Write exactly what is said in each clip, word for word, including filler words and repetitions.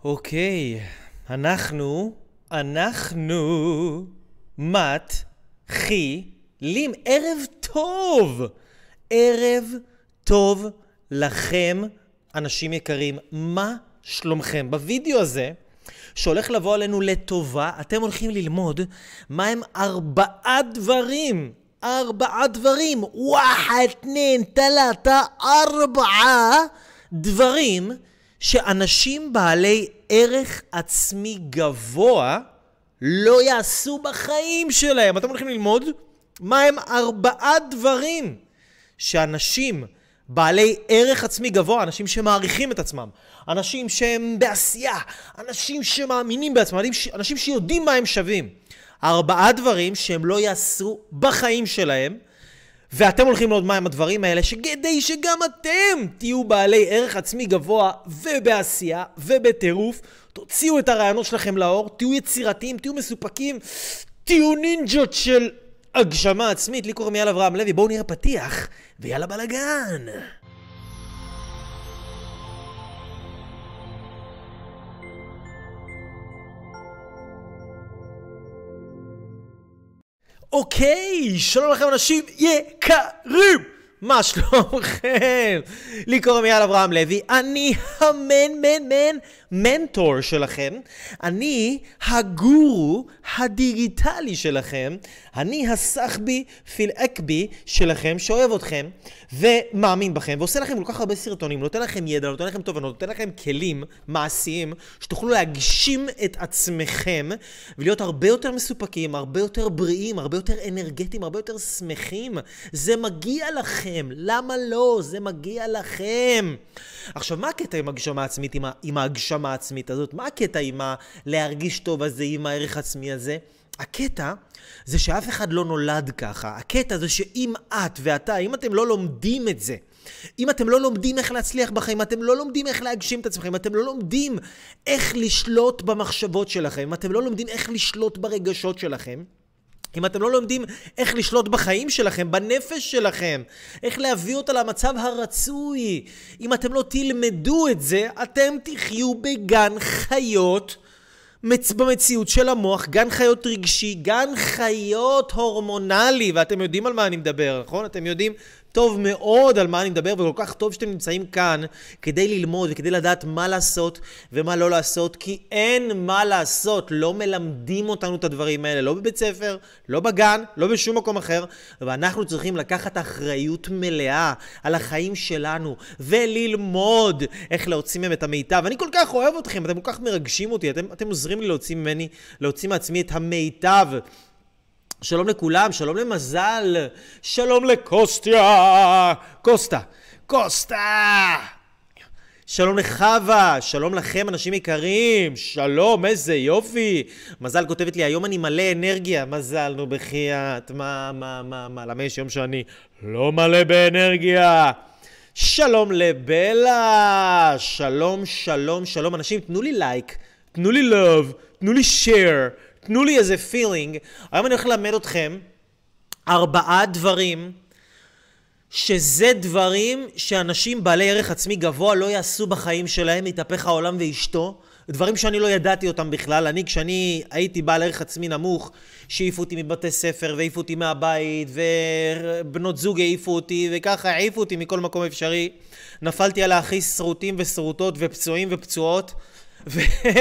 אוקיי, אנחנו, אנחנו מתחילים. ערב טוב! ערב טוב לכם, אנשים יקרים. מה שלומכם? בווידאו הזה, שהולך לבוא עלינו לטובה, אתם הולכים ללמוד מה הם ארבעה דברים. ארבעה דברים. וואחד, תנין, תלתה, ארבעה דברים שאנשים בעלי ערך עצמי גבוה לא יעשו בחיים שלהם. אתם הולכים ללמוד מה הם ארבעה דברים שאנשים בעלי ערך עצמי גבוה, אנשים שמעריכים את עצמם, אנשים שהם בעשייה, אנשים שמאמינים בעצמם, אנשים שיודעים מה הם שווים. ארבעה דברים שהם לא יעשו בחיים שלהם, ואתם הולכים ללמוד מה הם הדברים האלה, שכדי שגם אתם תהיו בעלי ערך עצמי גבוה ובעשייה ובטירוף, תוציאו את הרעיונות שלכם לאור, תהיו יצירתיים, תהיו מסופקים, תהיו נינג'ות של הגשמה עצמית. לי קוראים יאל אברהם לוי, בואו נראה פתיח ויאללה בלגן. אוקיי, שלום לכם אנשים יקרים, מה שלומכם? לי קוראים יאל אברהם לוי, אני המן מן מן מנטור שלכם, אני הגורו הדיגיטלי שלכם, אני הסחבי פיל אקבי שלכם, שאוהב אתכם ומאמין בכם ועושה לכם כל כך הרבה סרטונים, נותן לכם ידע, נותן לכם תובנות, נותן לכם כלים מעשיים שתוכלו להגשים את עצמכם ולהיות הרבה יותר מסופקים, הרבה יותר בריאים, הרבה יותר אנרגטיים, הרבה יותר שמחים. זה מגיע לכם, למה לא? זה מגיע לכם. עכשיו, מה הקטע עם הגשמה עצמית, עם, עם ההגשמה העצמית הזאת? מה הקטע עם ה- להרגיש טוב הזה, עם הערך עצמי הזה? הקטע זה שאף אחד לא נולד ככה. הקטע זה שאם את ואתה, אם אתם לא לומדים את זה, אם אתם לא לומדים איך להצליח בחיים, אתם לא לומדים איך להגשים את עצמכם, אתם לא לומדים איך לשלוט במחשבות שלכם, אם אתם לא לומדים איך לשלוט ברגשות שלכם, אם אתם לא לומדים איך לשלוט בחיים שלכם, בנפש שלכם, איך להביא אותה למצב הרצוי, אם אתם לא תלמדו את זה, אתם תחיו בגן חיות במציאות של המוח, גן חיות רגשי, גן חיות הורמונלי, ואתם יודעים על מה אני מדבר, נכון? אתם יודעים טוב מאוד על מה אני מדבר, וכל כך טוב שאתם נמצאים כאן כדי ללמוד וכדי לדעת מה לעשות ומה לא לעשות, כי אין מה לעשות, לא מלמדים אותנו את הדברים האלה, לא בבית ספר, לא בגן, לא בשום מקום אחר, ואנחנו צריכים לקחת אחריות מלאה על החיים שלנו וללמוד איך להוציא מהם את המיטב. אני כל כך אוהב אתכם, אתם כל כך מרגשים אותי, אתם, אתם עוזרים לי להוציא ממני, להוציא מעצמי את המיטב. שלום לכולם, שלום למזל, שלום לקוסטיה, קוסטה, קוסטה, שלום לחווה, שלום לכם אנשים יקרים, שלום, איזה יופי. מזל כותבת לי, היום אני מלא אנרגיה. מזל, נו בחייאת, מה, מה, מה, מה, למה יש יום שאני לא מלא באנרגיה? שלום לבלה, שלום, שלום, שלום. אנשים, תנו לי לייק, תנו לי לוב, תנו לי שייר, תנו לי איזה פילינג. היום אני הולך ללמד אתכם ארבעה דברים שזה דברים שאנשים בעלי ערך עצמי גבוה לא יעשו בחיים שלהם, יתהפך העולם ואשתו. דברים שאני לא ידעתי אותם בכלל. אני, כשאני הייתי בעל ערך עצמי נמוך, שהעיפו אותי מבתי ספר והעיפו אותי מהבית, ובנות זוג העיפו אותי, וככה העיפו אותי מכל מקום אפשרי. נפלתי על הכי שרוטים ושרוטות ופצועים ופצועות. ו...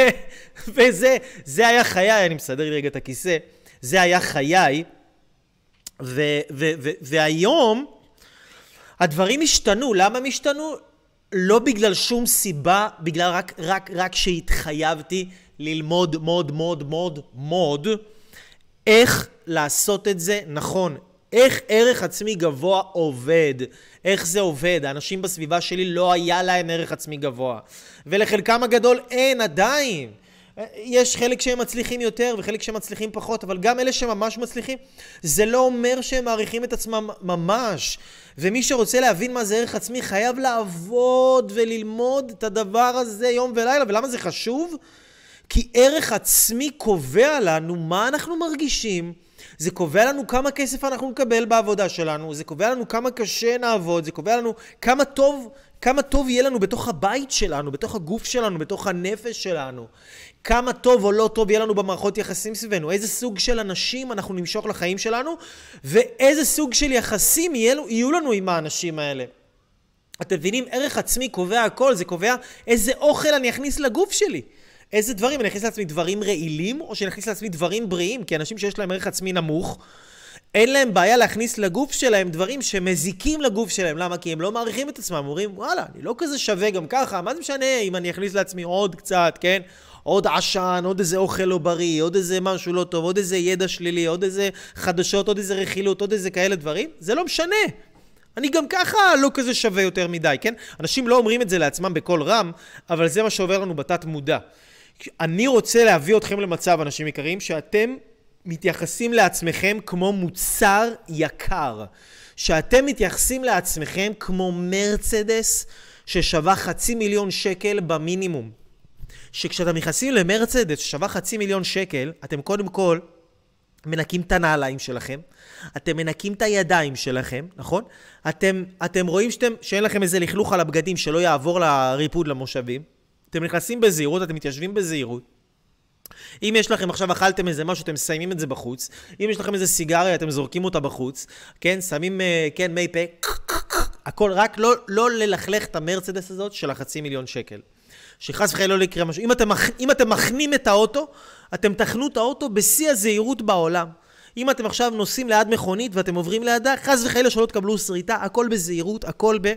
וזה זה היה חיי. אני מסדר לי רגע את הכיסא. זה היה חיי. ו... ו... ו... והיום הדברים השתנו. למה הם השתנו? לא בגלל שום סיבה, בגלל רק, רק, רק שהתחייבתי ללמוד מוד, מוד, מוד, מוד, איך לעשות את זה נכון. איך ערך עצמי גבוה עובד. איך זה עובד. האנשים בסביבה שלי לא היה להם ערך עצמי גבוה. ולחלקם הגדול אין עדיין. יש חלק שהם מצליחים יותר וחלק שהם מצליחים פחות, אבל גם אלה שממש מצליחים, זה לא אומר שהם מעריכים את עצמם ממש. ומי שרוצה להבין מה זה ערך עצמי חייב לעבוד וללמוד את הדבר הזה יום ולילה. ולמה זה חשוב? כי ערך עצמי קובע לנו מה אנחנו מרגישים, זה קובע לנו כמה כסף אנחנו נקבל בעבודה שלנו, זה קובע לנו כמה קשה נעבוד, זה קובע לנו כמה טוב כמה טוב יהיה לנו בתוך הבית שלנו, בתוך הגוף שלנו, בתוך הנפש שלנו. כמה טוב או לא טוב יהיה לנו במערכות יחסים סביבנו. איזה סוג של אנשים אנחנו נמשוך לחיים שלנו, ואיזה סוג של יחסים יהיו, יהיו לנו עם האנשים האלה. אתם מבינים, ערך עצמי קובע הכל, זה קובע איזה אוכל אני אכניס לגוף שלי. איזה דברים, אני אכניס לעצמי דברים רעילים, או שאני אכניס לעצמי דברים בריאים, כי אנשים שיש להם ערך עצמי נמוך, אין להם בעיה להכניס לגוף שלהם דברים שמזיקים לגוף שלהם. למה? כי הם לא מעריכים את עצמם, אומרים, וואלה, אני לא כזה שווה גם ככה, מה זה משנה אם אני אכניס לעצמי עוד קצת, כן? עוד עשן, עוד איזה אוכל לא בריא, עוד איזה משהו לא טוב, עוד איזה ידע שלילי, עוד איזה חדשות, עוד איזה רכילות, עוד איזה כאלה דברים, זה לא משנה. אני גם ככה לא כזה שווה יותר מדי, כן? אנשים לא אומרים את זה לעצמם בכל רם, אבל זה מה שעובר לנו בתת מודע. אני רוצה להביא אתכם למצב, אנשים יקרים, שאתם מתייחסים לעצמכם כמו מוצר יקר. שאתם מתייחסים לעצמכם כמו מרצדס ששווה חצי מיליון שקל במינימום. שכשאתם נכנסים למרצדס ששווה חצי מיליון שקל, אתם קודם כל מנקים את הנעליים שלכם, אתם מנקים את הידיים שלכם, נכון? אתם, אתם רואים שאתם, שאין לכם איזה לכלוך על הבגדים שלא יעבור לריפוד למושבים. אתם נכנסים בזהירות, אתם מתיישבים בזהירות. אם יש לכם עכשיו אכלתם איזה משהו, אתם מסיימים את זה בחוץ. אם יש לכם איזה סיגריה, אתם זורקים אותה בחוץ. כן, שמים, כן, מי פה. הכל רק לא, לא ללכלך את המרצדס הזאת של החצי מיליון שקל. שחס וחלילה לא יקרה משהו. אם אתם, אם אתם מכנים את האוטו, אתם תכנו את האוטו בשיא הזהירות בעולם. אם אתם עכשיו נוסעים ליד מכונית ואתם עוברים לידה, חס וחלילה שלא תקבלו שריטה, הכל בזהירות, הכל ב...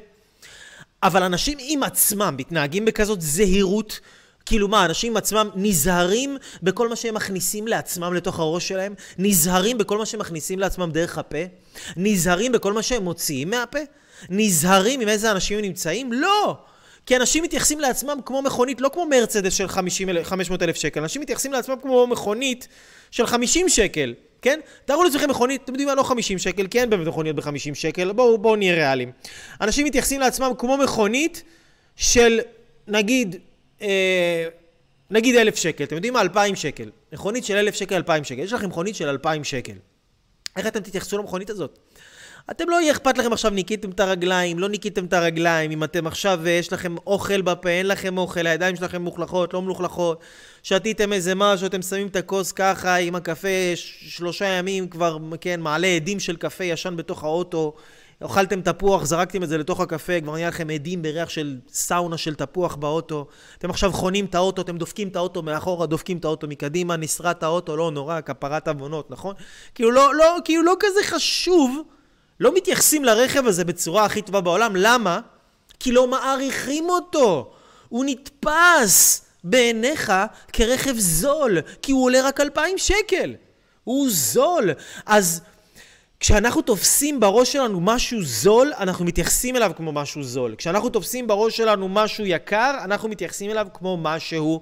אבל אנשים עם עצמם מתנהגים בכזאת זהירות, כאילו מה, אנשים עצמם נזהרים בכל מה שהם מכניסים לעצמם לתוך הראש שלהם, נזהרים בכל מה שהם מכניסים לעצמם דרך הפה, נזהרים בכל מה שהם מוציאים מהפה, נזהרים עם איזה אנשים נמצאים, לא! כי אנשים מתייחסים לעצמם כמו מכונית, לא כמו מרצדס של חמש מאות אלף שקל, אנשים מתייחסים לעצמם כמו מכונית של חמישים שקל, כן? תראו לעצמכם מכונית, אתם יודעים מה, לא חמישים שקל, כן, באמת מכוניות ב-חמישים שקל, בואו, בואו נהיה ריאליים. אנשים מתייחסים לעצמם כמו מכונית של, נגיד, אה, נגיד אלף שקל, אתם יודעים מה, אלפיים שקל. מכונית של אלף שקל, אלפיים שקל. יש לכם מכונית של אלפיים שקל. איך אתם תתייחסו למכונית הזאת? אתם לא יהיה אכפת לכם עכשיו ניקיתם את הרגליים, לא ניקיתם את הרגליים, אם אתם עכשיו יש לכם אוכל בפה, אין לכם אוכל, הידיים שלכם מוכלכות, לא מלוכלכות, שתיתם איזה משהו, אתם שמים את הכוס ככה עם הקפה, שלושה ימים כבר, כן, מעלה עדים של קפה ישן בתוך האוטו, אוכלתם תפוח, זרקתם את זה לתוך הקפה, כבר נהיה לכם עדים בריח של סאונה של תפוח באוטו, אתם עכשיו חונים את האוטו, אתם דופקים את האוטו מאחורה, דופקים את האוטו מקדימה, נסרת האוטו, לא נורא, כפרת אבונות, נכון? כאילו לא, לא, כאילו לא כזה חשוב, לא מתייחסים לרכב הזה בצורה הכי טובה בעולם. למה? כי לא מעריכים אותו. הוא נתפס בעיניך כרכב זול, כי הוא עולה רק אלפיים שקל. הוא זול. אז כשאנחנו תופסים בראש שלנו משהו זול, אנחנו מתייחסים אליו כמו משהו זול. כשאנחנו תופסים בראש שלנו משהו יקר, אנחנו מתייחסים אליו כמו משהו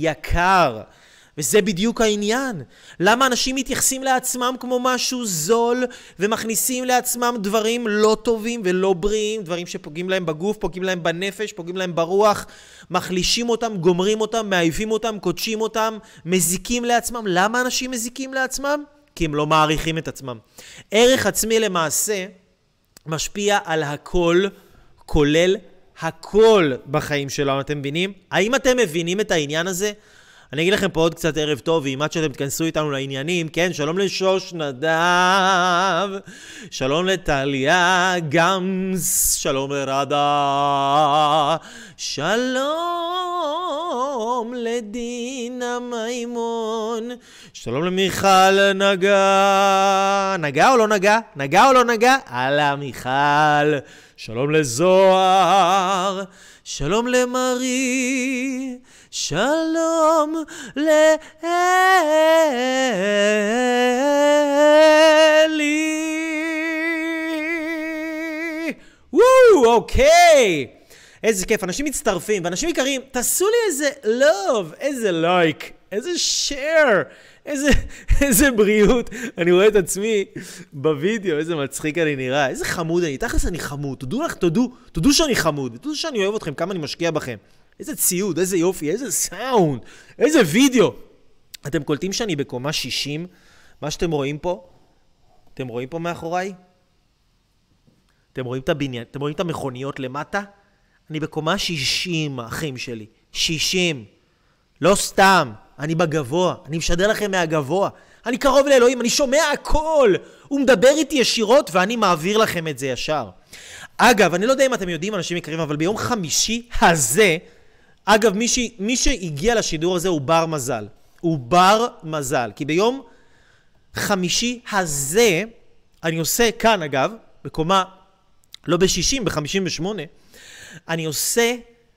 יקר. וזה בדיוק העניין. למה אנשים מתייחסים לעצמם כמו משהו זול ומכניסים לעצמם דברים לא טובים ולא בריאים, דברים שפוגעים להם בגוף, פוגעים להם בנפש, פוגעים להם ברוח, מחלישים אותם, גומרים אותם, מעיפים אותם, קודשים אותם, מזיקים לעצמם. למה אנשים מזיקים לעצמם? כי הם לא מעריכים את עצמם. ערך עצמי למעשה משפיע על הכל, כולל הכל בחיים שלנו. אתם מבינים? האם אתם מבינים את העניין הזה? אני אגיד לכם פה עוד קצת ערב טוב, ואם עד שאתם תכנסו איתנו לעניינים, כן, שלום לשוש נדב, שלום לטליה גמס, שלום לרדה, שלום לדינה מימון, שלום למיכל נגע, נגע או לא נגע? נגע או לא נגע? הלאה מיכל, שלום לזוהר, שלום למרי, שלום לאלי. וואו, אוקיי. איזה כיף, אנשים מצטרפים, ואנשים יקרים, תעשו לי איזה לוב, איזה לייק, איזה שייר, איזה, איזה בריאות. אני רואה את עצמי בווידאו, איזה מצחיק אני נראה, איזה חמוד אני, תכלס אני חמוד, תודו לך, תודו, תודו שאני חמוד, תודו שאני אוהב אתכם, כמה אני משקיע בכם. איזה ציוד, איזה יופי, איזה סאונד, איזה וידאו. אתם קולטים שאני בקומה שישים? מה שאתם רואים פה? אתם רואים פה מאחוריי? אתם רואים את הבניין? אתם רואים את המכוניות למטה? אני בקומה שישים, האחים שלי. שישים. לא סתם. אני בגבוה. אני משדר לכם מהגבוה. אני קרוב לאלוהים, אני שומע הכל. הוא מדבר איתי ישירות ואני מעביר לכם את זה ישר. אגב, אני לא יודע אם אתם יודעים, אנשים יקרים, אבל ביום חמישי הזה, אגב, מי, ש... מי שהגיע לשידור הזה הוא בר מזל. הוא בר מזל. כי ביום חמישי הזה, אני עושה כאן, אגב, בקומה, לא ב-שישים, ב-חמישים ושמונה, אני עושה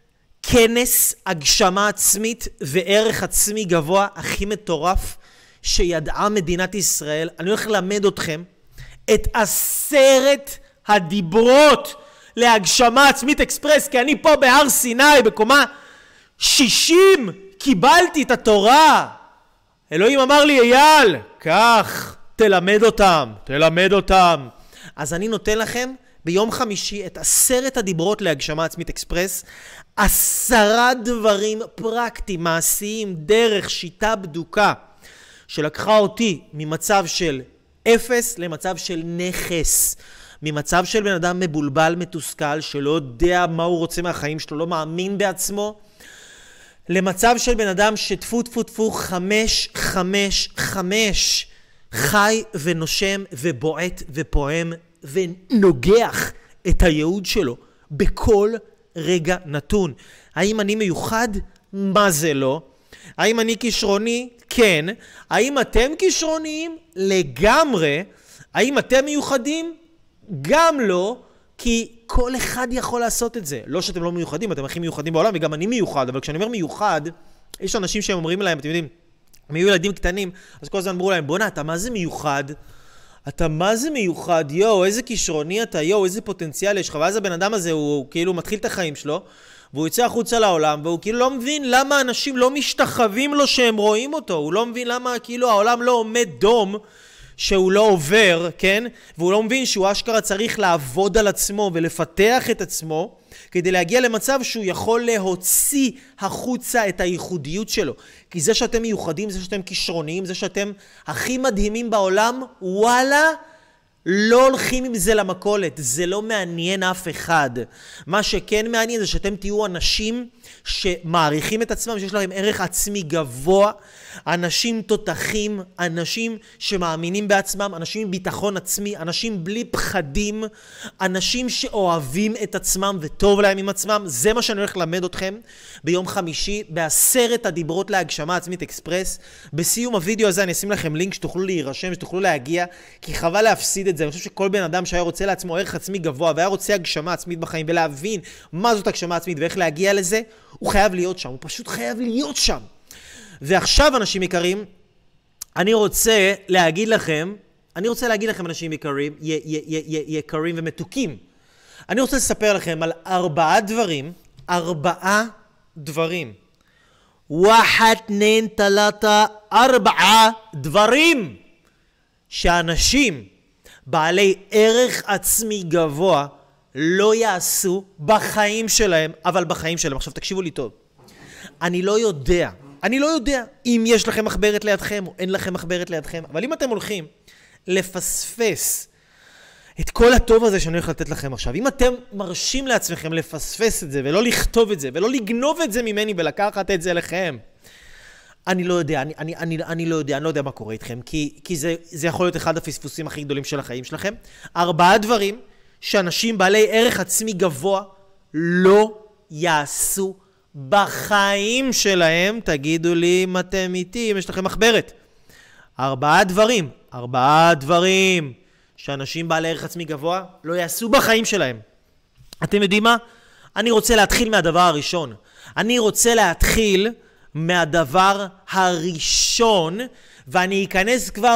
כנס הגשמה עצמית וערך עצמי גבוה הכי מטורף שידעה מדינת ישראל. אני הולך ללמד אתכם את עשרת הדיברות להגשמה עצמית אקספרס, כי אני פה בהר סיני בקומה שישים קיבלתי את התורה. אלוהים אמר לי, אייל, כך, תלמד אותם, תלמד אותם. אז אני נותן לכם ביום חמישי את עשרת הדיברות להגשמה עצמית אקספרס, עשרה דברים פרקטיים, מעשיים, דרך, שיטה בדוקה, שלקחה אותי ממצב של אפס למצב של נכס, ממצב של בן אדם מבולבל, מתוסכל, שלא יודע מה הוא רוצה מהחיים שלו, לא מאמין בעצמו, למצב של בן אדם שטפו טפו טפו חמש, חמש, חמש, חי ונושם ובועט ופועם ונוגח את הייעוד שלו בכל רגע נתון. האם אני מיוחד? מה זה לא? האם אני כישרוני? כן. האם אתם כישרוניים? לגמרי. האם אתם מיוחדים? גם לא, כי כל אחד יכול לעשות את זה. לא שאתם לא מיוחדים, אתם הכי מיוחדים בעולם, וגם אני מיוחד, אבל כשאני אומר מיוחד, יש אנשים שהם אומרים להם, אתם יודעים, הם היו ילדים קטנים, אז כל הזמן אמרו להם, בונה, אתה מה זה מיוחד? אתה מה זה מיוחד? יו, איזה כישרוני אתה, יו, איזה פוטנציאל יש לך, ואז הבן אדם הזה, הוא, הוא כאילו מתחיל את החיים שלו, והוא יוצא החוצה לעולם, והוא כאילו לא מבין למה אנשים לא משתחווים לו שהם רואים אותו, הוא לא מבין למה כאילו העולם לא עומד דום, שהוא לא עובר, כן? והוא לא מבין שהוא אשכרה צריך לעבוד על עצמו ולפתח את עצמו, כדי להגיע למצב שהוא יכול להוציא החוצה את הייחודיות שלו. כי זה שאתם מיוחדים, זה שאתם כישרוניים, זה שאתם הכי מדהימים בעולם, וואלה, לא הולכים עם זה למכולת. זה לא מעניין אף אחד. מה שכן מעניין זה שאתם תהיו אנשים שמעריכים את עצמם, שיש להם ערך עצמי גבוה, אנשים תותחים, אנשים שמאמינים בעצמם, אנשים עם ביטחון עצמי, אנשים בלי פחדים, אנשים שאוהבים את עצמם וטוב להם עם עצמם. זה מה שאני הולך ללמד אתכם ביום חמישי, בעשרת הדיברות להגשמה עצמית אקספרס. בסיום הוידאו הזה אני אשים לכם לינק שתוכלו להירשם, שתוכלו להגיע, כי חבל להפסיד את זה. אני חושב שכל בן אדם שהיה רוצה לעצמו ערך עצמי גבוה, והיה רוצה הגשמה עצמית בחיים, ולהבין מה זאת הגשמה עצמית ואיך להגיע לזה, הוא חייב להיות שם, הוא פשוט חייב להיות שם. ועכשיו, אנשים יקרים, אני רוצה להגיד לכם, אני רוצה להגיד לכם, אנשים יקרים, י- י- י- י- יקרים ומתוקים, אני רוצה לספר לכם על ארבעה דברים, ארבעה דברים. ואחד, נין, תלתה, ארבעה דברים שאנשים בעלי ערך עצמי גבוה לא יעשו בחיים שלהם, אבל בחיים שלהם. עכשיו תקשיבו לי טוב. אני לא יודע, אני לא יודע אם יש לכם מחברת לידכם או אין לכם מחברת לידכם, אבל אם אתם הולכים לפספס את כל הטוב הזה שאני הולך לתת לכם עכשיו, אם אתם מרשים לעצמכם לפספס את זה ולא לכתוב את זה ולא לגנוב את זה ממני ולקחת את זה לכם, אני לא יודע, אני, אני, אני, אני לא יודע, אני לא יודע מה קורה איתכם, כי, כי זה, זה יכול להיות אחד הפספוסים הכי גדולים של החיים שלכם. ארבעה דברים שאנשים בעלי ערך עצמי גבוה לא יעשו בחיים שלהם. תגידו לי אם אתם איתי, אם יש לכם מחברת. ארבעה דברים, ארבעה דברים שאנשים בעלי ערך עצמי גבוה לא יעשו בחיים שלהם. אתם יודעים מה? אני רוצה להתחיל מהדבר הראשון. אני רוצה להתחיל מהדבר הראשון, ואני אכנס כבר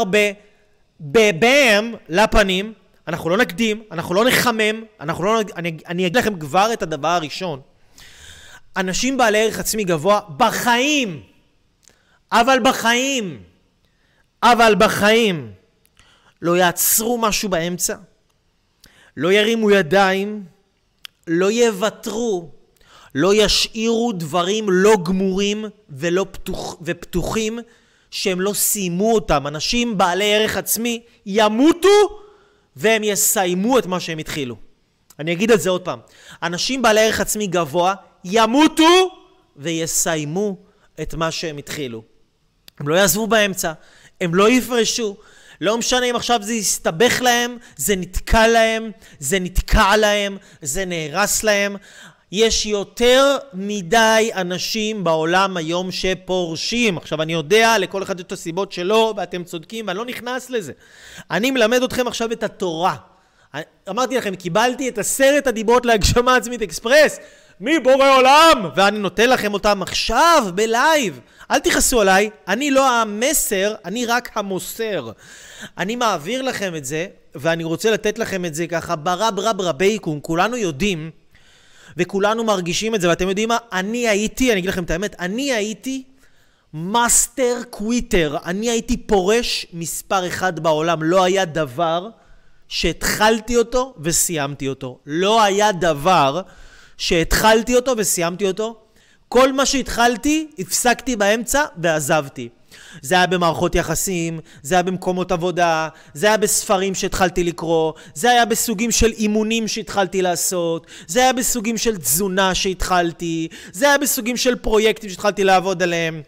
בבאם לפנים. אנחנו לא נקדים, אנחנו לא נחמם, אנחנו לא, אני, אני אגיד לכם כבר את הדבר הראשון. אנשים בעלי ערך עצמי גבוה בחיים, אבל בחיים, אבל בחיים, לא יעצרו משהו באמצע, לא ירימו ידיים, לא יוותרו, לא ישאירו דברים לא גמורים ולא פתוח, ופתוחים שהם לא סיימו אותם. אנשים בעלי ערך עצמי ימותו והם יסיימו את מה שהם התחילו. אני אגיד את זה עוד פעם. אנשים בעלי ערך עצמי גבוה ימותו ויסיימו את מה שהם התחילו. הם לא יעזבו באמצע, הם לא יפרשו. לא משנה אם עכשיו זה יסתבך להם, זה נתקע להם, זה נתקע להם, זה נהרס להם. יש יותר מדי אנשים בעולם היום שפורשים. עכשיו אני יודע, לכל אחד את הסיבות שלו, ואתם צודקים, ואני לא נכנס לזה. אני מלמד אתכם עכשיו את התורה. אמרתי לכם, קיבלתי את עשרת הדיברות להגשמה עצמית אקספרס, מבורא עולם, ואני נותן לכם אותם עכשיו, בלייב. אל תכעסו עליי, אני לא המסר, אני רק המוסר. אני מעביר לכם את זה, ואני רוצה לתת לכם את זה ככה, ברב רב רבייקום, כולנו יודעים, וכולנו מרגישים את זה, ואתם יודעים מה? אני הייתי, אני אגיד לכם את האמת, אני הייתי מאסטר קוויטר, אני הייתי פורש מספר אחד בעולם, לא היה דבר שהתחלתי אותו וסיימתי אותו. לא היה דבר שהתחלתי אותו וסיימתי אותו. כל מה שהתחלתי, הפסקתי באמצע ועזבתי. זה היה במערכות יחסים, זה היה במקומות עבודה, זה היה בספרים שהתחלתי לקרוא, זה היה בסוגים של אימונים שהתחלתי לעשות, זה היה בסוגים של תזונה שהתחלתי, זה היה בסוגים של פרויקטים שהתחלתי לעבוד עליהם.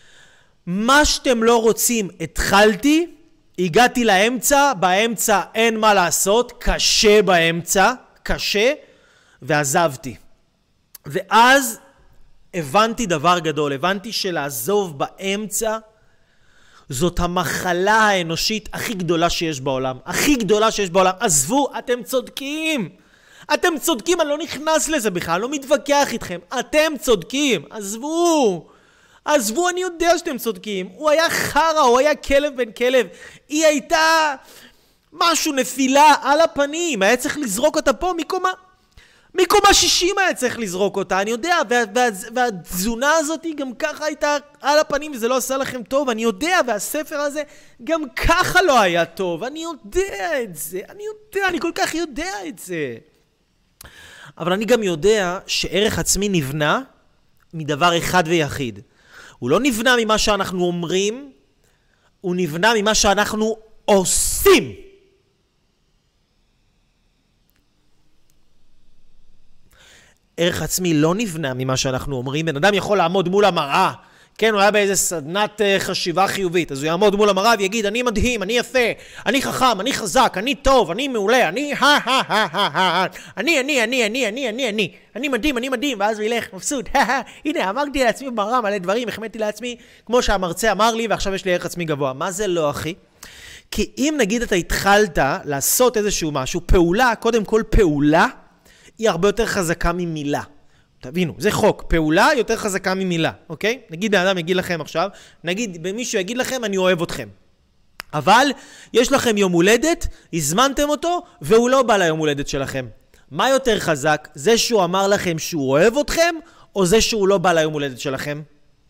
מה שאתם לא רוצים, התחלתי, הגעתי לאמצע, באמצע אין מה לעשות, קשה באמצע, קשה, ועזבתי. ואז הבנתי דבר גדול, הבנתי שלעזוב באמצע, זאת המחלה האנושית הכי גדולה שיש בעולם. הכי גדולה שיש בעולם. עזבו, אתם צודקים. אתם צודקים, אני לא נכנס לזה בכלל, לא מתווכח איתכם. אתם צודקים, עזבו. עזבו, אני יודע שאתם צודקים. הוא היה חרה, הוא היה כלב בן כלב. היא הייתה משהו, נפילה על הפנים. היה צריך לזרוק אותה פה מקומה. מקומה שישים היה צריך לזרוק אותה, אני יודע, וה, וה, והתזונה הזאת גם ככה הייתה על הפנים, וזה לא עשה לכם טוב, אני יודע, והספר הזה גם ככה לא היה טוב, אני יודע את זה, אני יודע, אני כל כך יודע את זה. אבל אני גם יודע שערך עצמי נבנה מדבר אחד ויחיד. הוא לא נבנה ממה שאנחנו אומרים, הוא נבנה ממה שאנחנו עושים. ערך עצמי לא נבנה ממה שאנחנו אומרים. בן אדם יכול לעמוד מול המראה. כן, הוא היה באיזה סדנת חשיבה חיובית. אז הוא יעמוד מול המראה ויגיד, אני מדהים, אני יפה, אני חכם, אני חזק, אני טוב, אני מעולה, אני ha ha ha ha ha אני, אני, אני, אני, אני, אני, אני, אני מדהים, אני מדהים, ואז הוא ילך מבסוט. הנה, אמרתי לעצמי במראה מלא דברים, החמאתי לעצמי, כמו שהמרצה אמר לי, ועכשיו יש לי ערך עצמי גבוה. מה זה לא, אחי? כי אם נגיד אתה התחלת לעשות איזשהו משהו, פעולה, קודם כל פעולה, היא הרבה יותר חזקה ממילה. תבינו, זה חוק. פעולה יותר חזקה ממילה, אוקיי? נגיד בן אדם יגיד לכם עכשיו, נגיד במישהו יגיד לכם, אני אוהב אתכם. אבל יש לכם יום הולדת, הזמנתם אותו, והוא לא בא ליום הולדת שלכם. מה יותר חזק? זה שהוא אמר לכם שהוא אוהב אתכם, או זה שהוא לא בא ליום הולדת שלכם?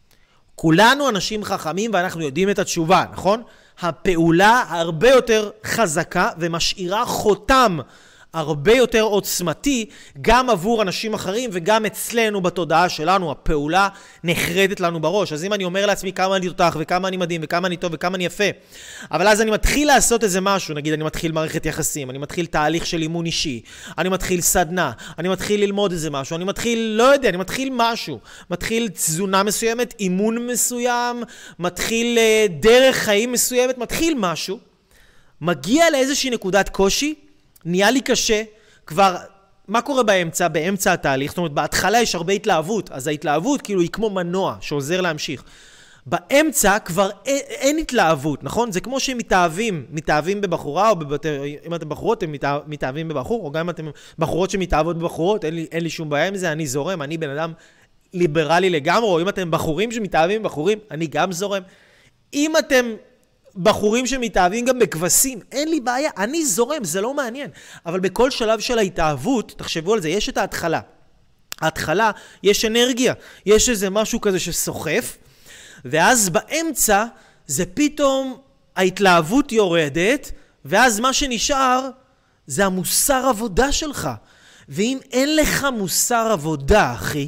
כולנו אנשים חכמים ואנחנו יודעים את התשובה, נכון? הפעולה הרבה יותר חזקה ומשאירה חותם הרבה יותר עוצמתי גם עבור אנשים אחרים וגם אצלנו בתודעה שלנו. הפעולה נחרדת לנו בראש. אז אם אני אומר לעצמי כמה אני תותח וכמה אני מדהים וכמה אני טוב וכמה אני יפה, אבל אז אני מתחיל לעשות איזה משהו, נגיד אני מתחיל מערכת יחסים, אני מתחיל תהליך של אימון אישי, אני מתחיל סדנה, אני מתחיל ללמוד איזה משהו, אני מתחיל, לא יודע, אני מתחיל משהו, מתחיל תזונה מסוימת, אימון מסוים, מתחיל דרך חיים מסוימת, מתחיל משהו, מגיע לאיזושהי נקודת קושי, נהיה לי קשה, כבר, מה קורה באמצע? באמצע התהליך, זאת אומרת, בהתחלה יש הרבה התלהבות, אז ההתלהבות כאילו היא כמו מנוע שעוזר להמשיך. באמצע כבר אין, אין התלהבות, נכון? זה כמו שהם מתאהבים, מתאהבים בבחורה, או בבת... אם אתם בחורות, הם מתאהב, מתאהבים בבחור, או גם אם אתם בחורות שמתאהבות בבחורות, אין לי, אין לי שום בעיה עם זה, אני זורם, אני בן אדם ליברלי לגמרי, או אם אתם בחורים שמתאהבים בבחורים, אני גם זורם. אם אתם בחורים שמתאהבים גם בכבשים, אין לי בעיה, אני זורם, זה לא מעניין. אבל בכל שלב של ההתאהבות, תחשבו על זה, יש את ההתחלה. ההתחלה, יש אנרגיה, יש איזה משהו כזה שסוחף, ואז באמצע, זה פתאום, ההתלהבות יורדת, ואז מה שנשאר, זה המוסר עבודה שלך. ואם אין לך מוסר עבודה, אחי,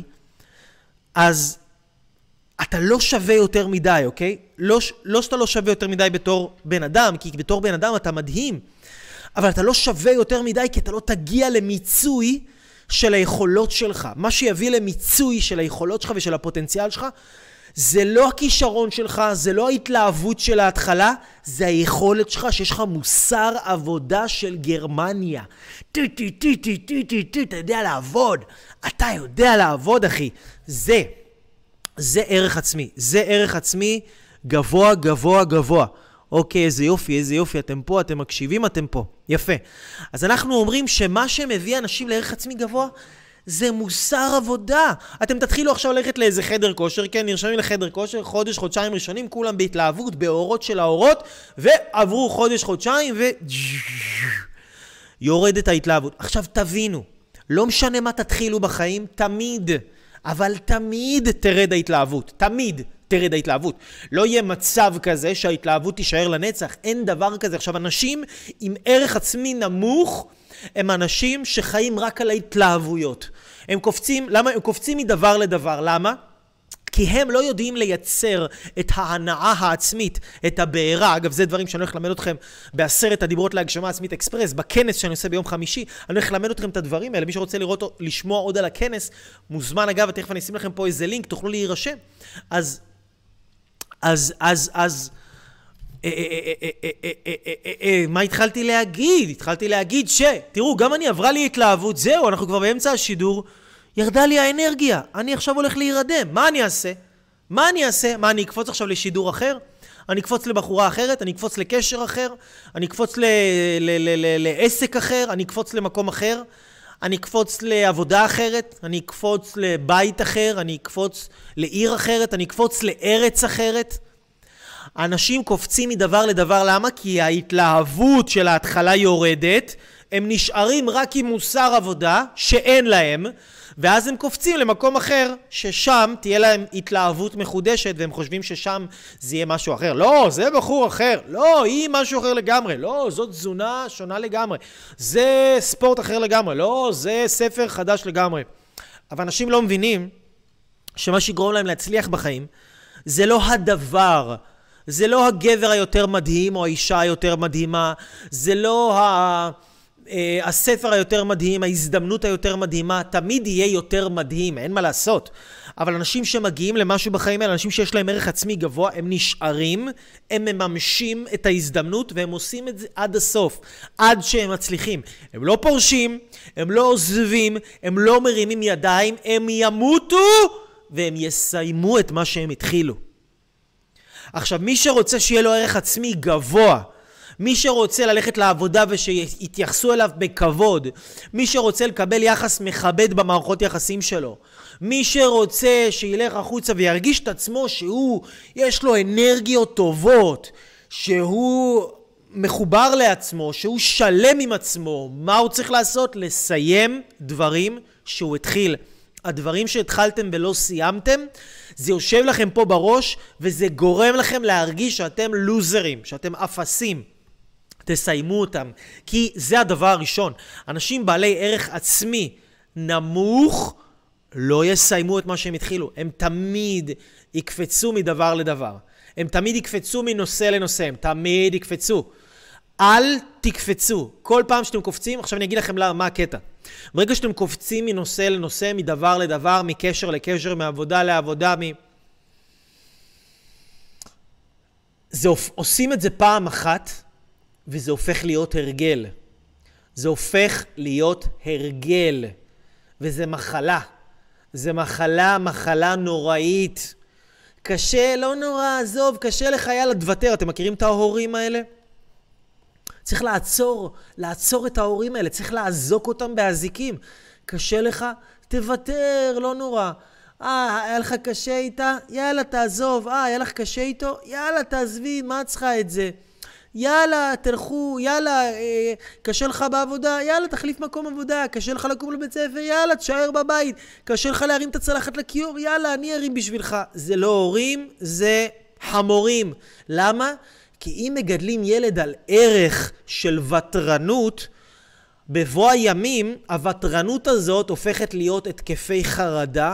אז אתה לא שווה יותר מדי, אוקיי? לא, לא שאתה לא שווה יותר מדי בתור בן אדם, כי בתור בן אדם אתה מדהים. אבל אתה לא שווה יותר מדי, כי אתה לא תגיע למיצוי של היכולות שלך. מה שיביא למיצוי של היכולות שלך ושל הפוטנציאל שלך, זה לא הכישרון שלך, זה לא ההתלהבות של ההתחלה, זה היכולת שלך, שיש לך מוסר עבודה של גרמניה. טי טי טי טי טי טי טי, אתה יודע לעבוד. אתה יודע לעבוד, אחי. זה, זה ערך עצמי. זה ערך עצמי גבוה, גבוה, גבוה. אוקיי, איזה יופי, איזה יופי, אתם פה, אתם מקשיבים, אתם פה. יפה. אז אנחנו אומרים שמה שמביא אנשים לערך עצמי גבוה, זה מוסר עבודה. אתם תתחילו עכשיו ללכת לאיזה חדר כושר, כן, נרשמים לחדר כושר, חודש, חודשיים ראשונים, כולם בהתלהבות, באורות של האורות, ועברו חודש, חודשיים, ו... יורדת ההתלהבות. עכשיו תבינו, לא משנה מה תתחילו בחיים, תמיד, אבל תמיד תרד ההתלהבות. תמיד תרד ההתלהבות. לא יהיה מצב כזה שההתלהבות תישאר לנצח. אין דבר כזה. עכשיו, אנשים עם ערך עצמי נמוך, הם אנשים שחיים רק על ההתלהבויות. הם קופצים, למה? הם קופצים מדבר לדבר. למה? כי הם לא יודעים לייצר את ההנאה העצמית, את הבעירה. אגב, זה דברים שאני הולך ללמד אתכם בעשרת הדיברות להגשמה עצמית אקספרס, בכנס שאני עושה ביום חמישי. אני הולך ללמד אתכם את הדברים האלה. מי שרוצה לראות, לשמוע עוד על הכנס, מוזמן. אגב, תכף אני אשים לכם פה איזה לינק, תוכלו להירשם. אז, אז, אז, אז, מה התחלתי להגיד? התחלתי להגיד ש, תראו, גם אני עברה לי התלהבות, זהו, אנחנו כבר באמצע השידור, ירדה לי האנרגיה, אני עכשיו הולך להירדם, מה אני אעשה? מה אני אעשה? מה, אני אקפוץ עכשיו לשידור אחר? אני אקפוץ לבחורה אחרת? אני אקפוץ לקשר אחר? אני אקפוץ לעסק אחר? אני אקפוץ למקום אחר? אני אקפוץ לעבודה אחרת? אני אקפוץ לבית אחר? אני אקפוץ לעיר אחרת? אני אקפוץ לארץ אחרת? אנשים קופצים מדבר לדבר, למה? כי ההתלהבות של ההתחלה יורדת, הם נשארים רק עם מוסר עבודה שאין להם, ואז הם קופצים למקום אחר, ששם תהיה להם התלהבות מחודשת, והם חושבים ששם זה יהיה משהו אחר. לא, זה בחור אחר. לא, היא משהו אחר לגמרי. לא, זאת תזונה שונה לגמרי. זה ספורט אחר לגמרי. לא, זה ספר חדש לגמרי. אבל אנשים לא מבינים שמה שיגרום להם להצליח בחיים, זה לא הדבר, זה לא הגבר היותר מדהים או האישה היותר מדהימה, זה לא ה... הספר היותר מדהים, ההזדמנות היותר מדהימה, תמיד יהיה יותר מדהים, אין מה לעשות. אבל אנשים שמגיעים למשהו בחיים האלה, אנשים שיש להם ערך עצמי גבוה, הם נשארים, הם מממשים את ההזדמנות, והם עושים את זה עד הסוף, עד שהם מצליחים. הם לא פורשים, הם לא עוזבים, הם לא מרימים ידיים, הם ימותו, והם יסיימו את מה שהם התחילו. עכשיו, מי שרוצה שיהיה לו ערך עצמי גבוה, מי שרוצה ללכת לעבודה ושיתייחסו אליו בכבוד, מי שרוצה לקבל יחס מכבד במערכות יחסים שלו, מי שרוצה שילך החוצה וירגיש את עצמו שהוא, יש לו אנרגיות טובות, שהוא מחובר לעצמו, שהוא שלם עם עצמו, מה הוא צריך לעשות? לסיים דברים שהוא התחיל. הדברים שהתחלתם ולא סיימתם, זה יושב לכם פה בראש, וזה גורם לכם להרגיש שאתם לוזרים, שאתם אפסים. תסיימו אותם, כי זה הדבר הראשון. אנשים בעלי ערך עצמי נמוך לא יסיימו את מה שהם התחילו. הם תמיד יקפצו מדבר לדבר. הם תמיד יקפצו מנושא לנושא. הם תמיד יקפצו. אל תקפצו. כל פעם שאתם קופצים, עכשיו אני אגיד לכם לה, מה הקטע. ברגע שאתם קופצים מנושא לנושא, מדבר לדבר, מקשר לקשר, מעבודה לעבודה, מ... זה, עושים את זה פעם אחת, וזה הופך להיות הרגל. זה הופך להיות הרגל. וזה מחלה. זה מחלה, מחלה נוראית. קשה, לא נורא, עזוב, קשה לך, יאללה, דוותר. אתם מכירים את ההורים האלה? צריך לעצור, לעצור את ההורים האלה. צריך לעזוק אותם בהזיקים. קשה לך, תוותר, לא נורא. אה, היה לך קשה איתה? יאללה, תעזוב. אה, היה לך קשה איתו? יאללה, תעזבי, מה צריכה את זה? יאללה, תלכו, יאללה, אה, קשה לך בעבודה, יאללה, תחליף מקום עבודה, קשה לך לקום לבית ספר, יאללה, תשאר בבית, קשה לך להרים את הצלחת לכיור, יאללה, אני ארים בשבילך. זה לא הורים, זה חמורים. למה? כי אם מגדלים ילד על ערך של וטרנות, בבוא הימים, הוטרנות הזאת הופכת להיות התקפי חרדה,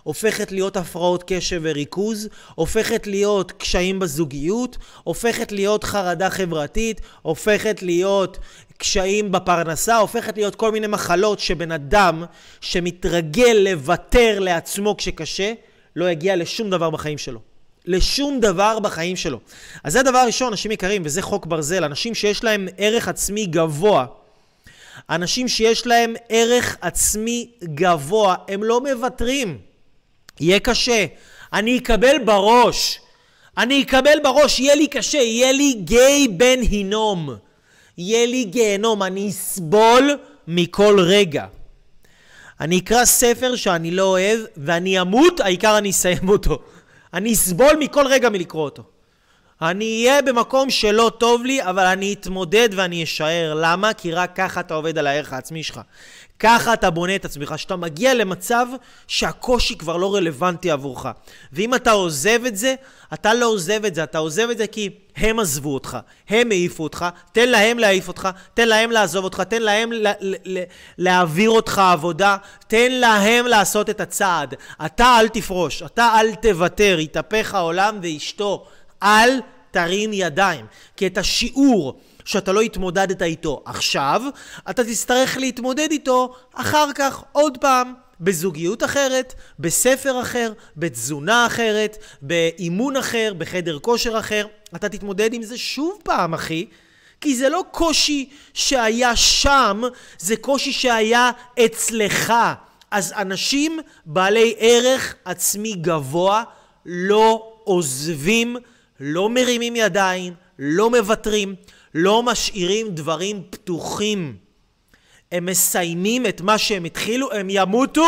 הופכת להיות הפרעות קשב וריכוז, הופכת להיות קשיים בזוגיות, הופכת להיות חרדה חברתית, הופכת להיות קשיים בפרנסה, הופכת להיות כל מיני מחלות שבן אדם שמתרגל לוותר לעצמו כשקשה, לא יגיע לשום דבר בחיים שלו. לשום דבר בחיים שלו. אז זה הדבר הראשון, אנשים יקרים, וזה חוק ברזל. אנשים שיש להם ערך עצמי גבוה, אנשים שיש להם ערך עצמי גבוה, הם לא מוותרים. יהיה קשה. אני אקבל בראש. אני אקבל בראש, יהיה לי קשה, יהיה לי גיי בן הינום. יהיה לי גיהנום, אני אסבול מכל רגע. אני אקרא ספר שאני לא אוהב, ואני אמות, העיקר אני אסיים אותו. אני אסבול מכל רגע מלקרוא אותו. אני אהיה במקום שלא טוב לי, אבל אני אתמודד ואני אשאר. למה? כי רק ככה אתה עובד על הערך העצמי שלך. ככה אתה בונה את עצמך, שאתה מגיע למצב שהקושי כבר לא רלוונטי עבורך. ואם אתה עוזב את זה, אתה לא עוזב את זה, אתה עוזב את זה כי הם עזבו אותך, הם העיפו אותך, תן להם להעיף אותך, תן להם לעזוב אותך, תן להם לה, לה, להעביר אותך עבודה, תן להם לעשות את הצעד. אתה אל תפרוש, אתה אל תוותר, יתהפך העולם ואשתו, אל תרים ידיים, כי את השיעור שאתה לא התמודדת איתו עכשיו, אתה תצטרך להתמודד איתו אחר כך עוד פעם, בזוגיות אחרת, בספר אחר, בתזונה אחרת, באימון אחר, בחדר כושר אחר. אתה תתמודד עם זה שוב פעם, אחי, כי זה לא קושי שהיה שם, זה קושי שהיה אצלך. אז אנשים בעלי ערך עצמי גבוה לא עוזבים, לא מרימים ידיים, לא מוותרים, לא משאירים דברים פתוחים. הם מסיימים את מה שהם התחילו, הם ימותו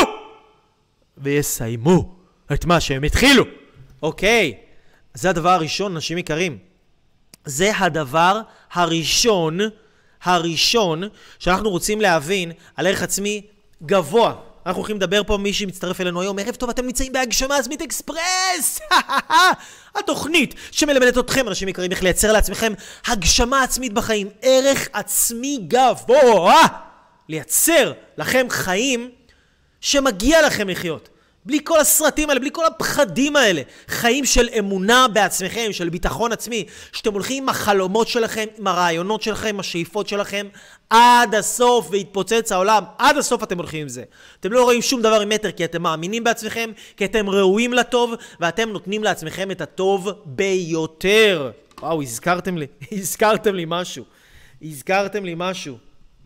ויסיימו את מה שהם התחילו. אוקיי, זה הדבר הראשון, אנשים יקרים. זה הדבר הראשון, הראשון שאנחנו רוצים להבין על ערך עצמי גבוה. אנחנו הולכים לדבר פה, מי שמצטרף אלינו היום, ערב טוב, אתם נמצאים בהגשמה עצמית אקספרס! התוכנית שמלמדת אתכם, אנשים יקרים, איך לייצר לעצמכם הגשמה עצמית בחיים, ערך עצמי גבוה, לייצר לכם חיים שמגיע לכם לחיות. בלי כל הסרטים האלה, בלי כל הפחדים האלה. חיים של אמונה בעצמכם, של ביטחון עצמי, שאתם הולכים עם החלומות שלכם, עם הרעיונות שלכם, עם השאיפות שלכם, עד הסוף, והתפוצץ העולם. עד הסוף אתם הולכים עם זה. אתם לא רואים שום דבר עם מטר, כי אתם מאמינים בעצמכם, כי אתם ראויים לטוב, ואתם נותנים לעצמכם את הטוב ביותר. וואו, הזכרתם לי, הזכרתם לי משהו. הזכרתם לי משהו.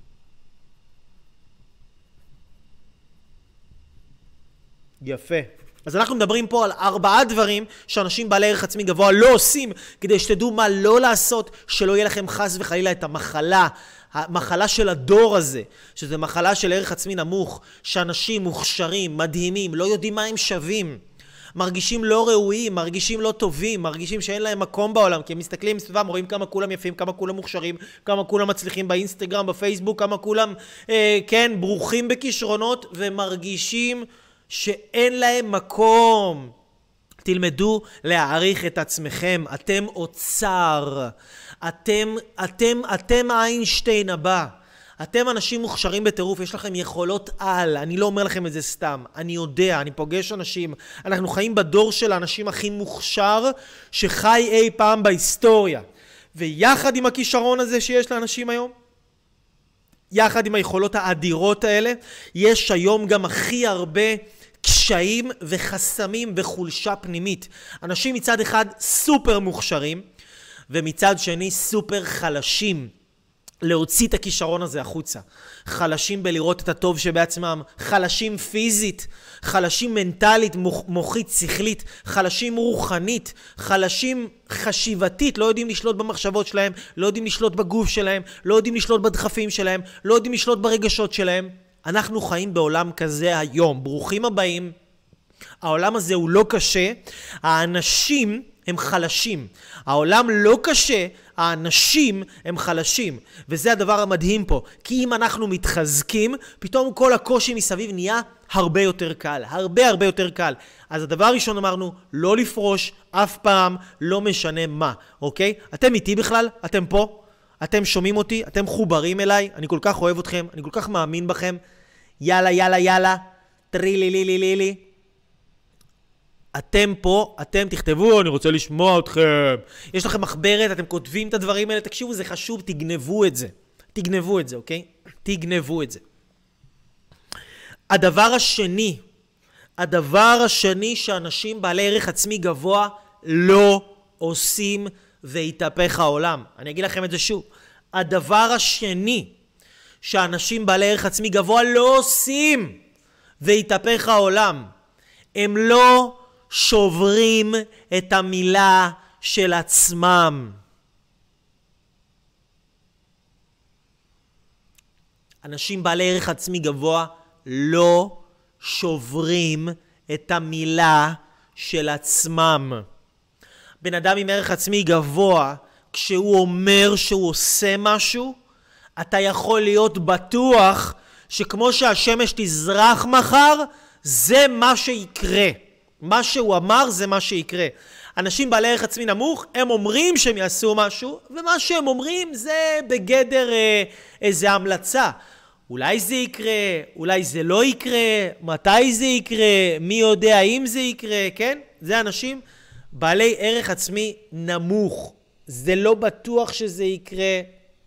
יפה. אז אנחנו מדברים פה על ארבעה דברים שאנשים בעלי ערך עצמי גבוה לא עושים, כדי שתדעו מה לא לעשות, שלא יהיה לכם חס וחלילה את המחלה, המחלה של הדור הזה, שזה מחלה של ערך עצמי נמוך, שאנשים מוכשרים, מדהימים, לא יודעים מה הם שווים, מרגישים לא ראויים, מרגישים לא טובים, מרגישים שאין להם מקום בעולם, כי הם מסתכלים סביבם, רואים כמה כולם יפים, כמה כולם מוכשרים, כמה כולם מצליחים באינסטגרם, בפייסבוק, כמה כולם, אה, כן, ברוכים בכישרונות, ומרגישים שאין להם מקום. תלמדו להעריך את עצמכם. אתם אוצר. אתם, אתם, אתם איינשטיין הבא. אתם אנשים מוכשרים בטירוף, יש לכם יכולות על. אני לא אומר לכם את זה סתם. אני יודע, אני פוגש אנשים. אנחנו חיים בדור של האנשים הכי מוכשר שחי אי פעם בהיסטוריה. ויחד עם הכישרון הזה שיש לאנשים היום, יחד עם היכולות האדירות האלה, יש היום גם הכי הרבה קשיים וחסמים וחולשה פנימית. אנשים מצד אחד סופר מוכשרים, ומצד שני סופר חלשים להוציא את הכישרון הזה החוצה. חלשים בלראות את הטוב שבעצמם, חלשים פיזית, חלשים מנטלית, מוחית, שכלית, חלשים רוחנית, חלשים חשיבתית, לא יודעים לשלוט במחשבות שלהם, לא יודעים לשלוט בגוף שלהם, לא יודעים לשלוט בדחפים שלהם, לא יודעים לשלוט ברגשות שלהם. אנחנו חיים בעולם כזה היום. ברוכים הבאים. העולם הזה הוא לא קשה, האנשים הם חלשים. העולם לא קשה, האנשים הם חלשים. וזה הדבר המדהים פה. כי אם אנחנו מתחזקים, פתאום כל הקושי מסביב נהיה הרבה יותר קל. הרבה הרבה יותר קל. אז הדבר הראשון אמרנו, לא לפרוש אף פעם, לא משנה מה. אוקיי? אתם איתי בכלל? אתם פה? אתם שומעים אותי? אתם חוברים אליי? אני כל כך אוהב אתכם. אני כל כך מאמין בכם. יאללה, יאללה, יאללה. טרילי, לילי, לילי. אתם פה, אתם תכתבו, אני רוצה לשמוע אתכם. יש לכם מחברת, אתם כותבים את הדברים האלה, תקשיבו, זה חשוב, תגנבו את זה. תגנבו את זה, אוקיי? תגנבו את זה. הדבר השני, הדבר השני שאנשים בעלי ערך עצמי גבוה לא עושים והתהפך העולם. אני אגיד לכם את זה שוב. הדבר השני שאנשים בעלי ערך עצמי גבוה לא עושים והתהפך העולם. הם לא שוברים את המילה של עצמם. אנשים בעלי ערך עצמי גבוה לא שוברים את המילה של עצמם. בן אדם עם ערך עצמי גבוה, כשהוא אומר שהוא עושה משהו, אתה יכול להיות בטוח שכמו שהשמש תזרח מחר, זה מה שיקרה. מה שהוא אמר זה מה שיקרה. אנשים בעלי ערך עצמי נמוך, הם אומרים שהם יעשו משהו, ומה שהם אומרים זה בגדר אה, איזה המלצה. אולי זה יקרה, אולי זה לא יקרה, מתי זה יקרה, מי יודע אם זה יקרה, כן? זה אנשים בעלי ערך עצמי נמוך. זה לא בטוח שזה יקרה.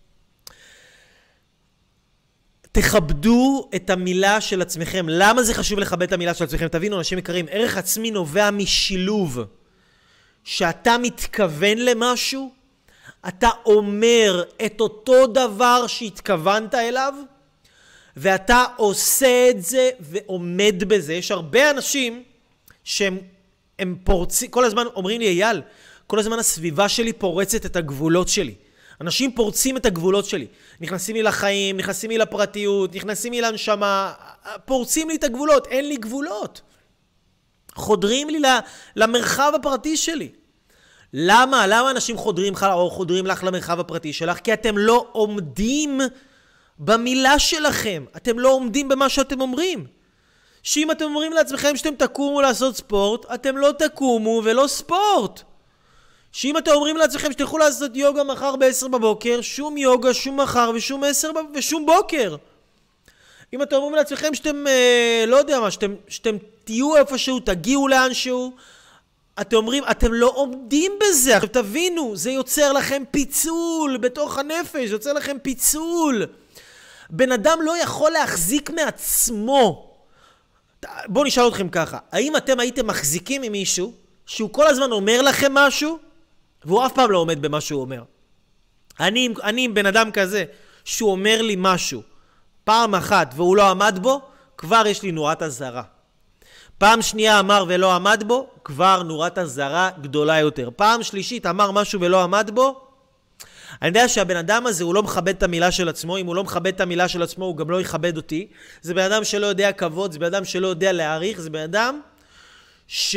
תכבדו את המילה של עצמכם. למה זה חשוב לכבד את המילה של עצמכם? תבינו, אנשים יקרים, ערך עצמי נובע משילוב. שאתה מתכוון למשהו, אתה אומר את אותו דבר שהתכוונת אליו, ואתה עושה את זה ועומד בזה. יש הרבה אנשים שהם הם פורצים, כל הזמן אומרים לי, אייל, כל הזמן הסביבה שלי פורצת את הגבולות שלי. אנשים פורצים את הגבולות שלי. נכנסים לי לחיים, נכנסים לי לפרטיות, נכנסים לי לנשמה, פורצים לי את הגבולות, אין לי גבולות. חודרים לי למרחב הפרטי שלי. למה? למה אנשים חודרים לך או חודרים לך למרחב הפרטי שלך? כי אתם לא עומדים במילה שלכם. אתם לא עומדים במה שאתם אומרים. שאם אתם אומרים לעצמכם שאתם תקומו לעשות ספורט, אתם לא תקומו ולא ספורט. שאם אתם אומרים לעצמכם שתלכו לעשות יוגה מחר ב-עשר בבוקר, שום יוגה, שום מחר ושום עשר ושום בוקר. אם אתם אומרים לעצמכם שאתם, אה, לא יודע מה, שאתם, שאתם תהיו איפשהו, תגיעו לאנשהו, אתם אומרים, אתם לא עומדים בזה. עכשיו תבינו, זה יוצר לכם פיצול בתוך הנפש, יוצר לכם פיצול. בן אדם לא יכול להחזיק מעצמו. בואו נשאל אתכם ככה, האם אתם הייתם מחזיקים ממישהו שהוא כל הזמן אומר לכם משהו, והוא אף פעם לא עומד במה שהוא אומר? אני, אני עם בן אדם כזה, שהוא אומר לי משהו, פעם אחת והוא לא עמד בו, כבר יש לי נורת הזרה. פעם שנייה אמר ולא עמד בו, כבר נורת הזרה גדולה יותר. פעם שלישית אמר משהו ולא עמד בו, אני יודע שהבן אדם הזה הוא לא מכבד את המילה של עצמו. אם הוא לא מכבד את המילה של עצמו, הוא גם לא יכבד אותי. זה בן אדם שלא יודע כבוד, זה בן אדם שלא יודע להעריך, זה בן אדם ש...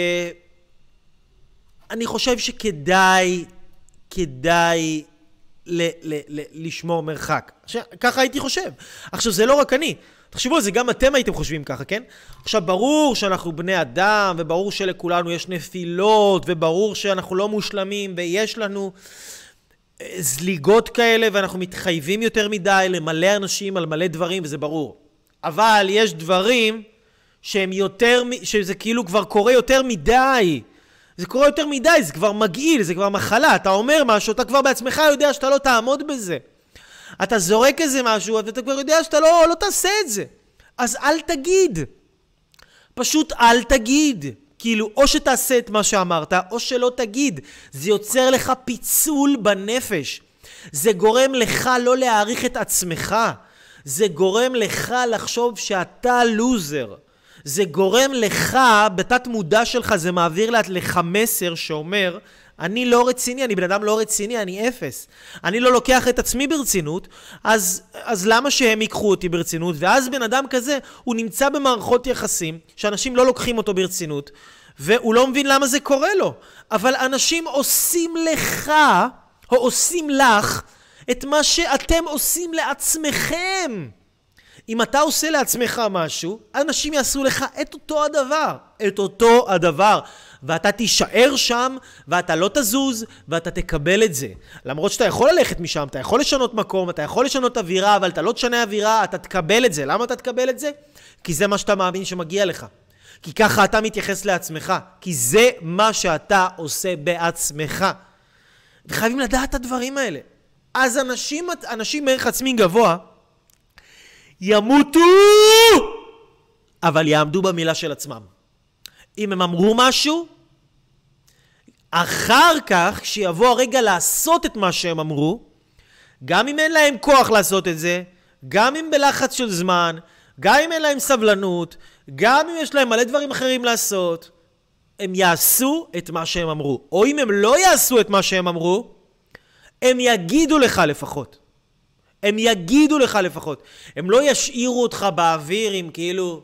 אני חושב שכדאי, כדאי ל- ל- ל- לשמור מרחק. עכשיו, ככה הייתי חושב. עכשיו, זה לא רק אני. תחשבו על זה, גם אתם הייתם חושבים ככה, כן? עכשיו, ברור שאנחנו בני אדם, וברור שלכולנו יש נפילות, וברור שאנחנו לא מושלמים, ויש לנו זליגות כאלה, ואנחנו מתחייבים יותר מדי למלא אנשים על מלא דברים, וזה ברור. אבל יש דברים שהם יותר, שזה כאילו כבר קורה יותר מדי. זה קורה יותר מדי, זה כבר מגעיל, זה כבר מחלה. אתה אומר משהו, אתה כבר בעצמך יודע שאתה לא תעמוד בזה. אתה זורק איזה משהו, ואתה כבר יודע שאתה לא, לא תעשה את זה. אז אל תגיד. פשוט אל תגיד. כאילו, או שתעשה את מה שאמרת, או שלא תגיד. זה יוצר לך פיצול בנפש. זה גורם לך לא להעריך את עצמך. זה גורם לך לחשוב שאתה לוזר. זה גורם לך, בתת מודע שלך, זה מעביר לך מסר שאומר, אני לא רציני, אני בן אדם לא רציני, אני אפס. אני לא לוקח את עצמי ברצינות, אז, אז למה שהם ייקחו אותי ברצינות? ואז בן אדם כזה, הוא נמצא במערכות יחסים, שאנשים לא לוקחים אותו ברצינות, והוא לא מבין למה זה קורה לו. אבל אנשים עושים לך, או עושים לך, את מה שאתם עושים לעצמכם. אם אתה עושה לעצמך משהו, אנשים יעשו לך את אותו הדבר. את אותו הדבר. ואתה תישאר שם, ואתה לא תזוז, ואתה תקבל את זה. למרות שאתה יכול ללכת משם, אתה יכול לשנות מקום, אתה יכול לשנות אווירה, אבל אתה לא תשנה אווירה, אתה תקבל את זה. למה אתה תקבל את זה? כי זה מה שאתה מאמין שמגיע לך. כי ככה אתה מתייחס לעצמך, כי זה מה שאתה עושה בעצמך. וחייבים לדעת את הדברים האלה. אז אנשים, אנשים מערך עצמי גבוה, ימותו, אבל יעמדו במילה של עצמם. אם הם אמרו משהו, אחר כך, כשיבוא הרגע לעשות את מה שהם אמרו, גם אם אין להם כוח לעשות את זה, גם אם בלחץ של זמן, גם אם אין להם סבלנות, גם אם יש להם מלא דברים אחרים לעשות, הם יעשו את מה שהם אמרו. או אם הם לא יעשו את מה שהם אמרו, הם יגידו לך לפחות. הם יגידו לך לפחות. הם לא ישאירו אותך באוויר עם כאילו,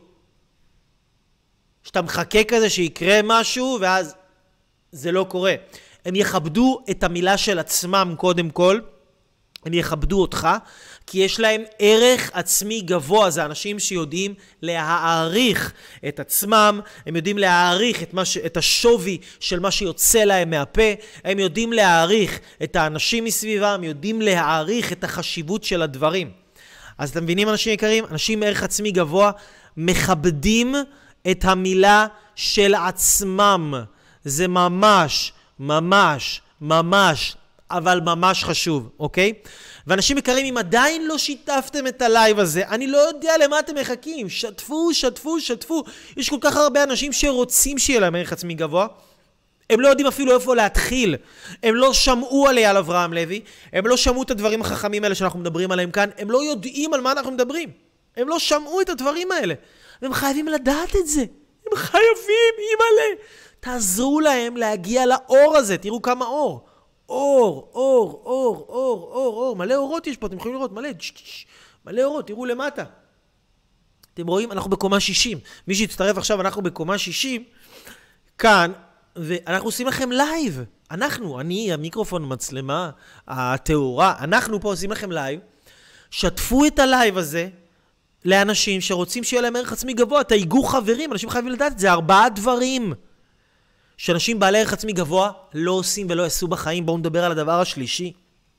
שאתה מחכה כזה שיקרה משהו ואז זה לא קורה. הם יכבדו את המילה של עצמם קודם כל. הם יכבדו אותך, כי יש להם ערך עצמי גבוה. זה אנשים שיודעים להעריך את עצמם, הם יודעים להעריך את, מה ש... את השווי של מה שיוצא להם מהפה, הם יודעים להעריך את האנשים מסביבם, הם יודעים להעריך את החשיבות של הדברים. אז אתם מבינים אנשים יקרים? אנשים עם ערך עצמי גבוה מכבדים את המילה של עצמם. זה ממש, ממש, ממש, אבל ממש חשוב, אוקיי? ואנשים יקרים, אם עדיין לא שיתפתם את הלייב הזה, אני לא יודע למה אתם מחכים. שתפו, שתפו, שתפו. יש כל כך הרבה אנשים שרוצים שיהיה להם ערך עצמי גבוה. הם לא יודעים אפילו איפה להתחיל. הם לא שמעו על אייל אברהם לוי. הם לא שמעו את הדברים החכמים האלה שאנחנו מדברים עליהם כאן. הם לא יודעים על מה אנחנו מדברים. הם לא שמעו את הדברים האלה. והם חייבים לדעת את זה. הם חייבים, אימא'לה. תעזרו להם להגיע לאור הזה. תראו כמה אור. אור, אור, אור, אור, אור, אור. מלא אורות יש פה, אתם יכולים לראות, מלא, מלא אורות, תראו למטה. אתם רואים? אנחנו בקומה שישים. מי שיצטרף עכשיו, אנחנו בקומה שישים, כאן, ואנחנו עושים לכם לייב. אנחנו, אני, המיקרופון, מצלמה, התאורה, אנחנו פה עושים לכם לייב. שתפו את הלייב הזה לאנשים שרוצים שיהיה להם ערך עצמי גבוה. תייגו חברים, אנשים חייבים לדעת את זה. ארבעה דברים שאנשים בעלי ערך עצמי גבוה לא עושים ולא יעשו בחיים. בואו נדבר על הדבר השלישי.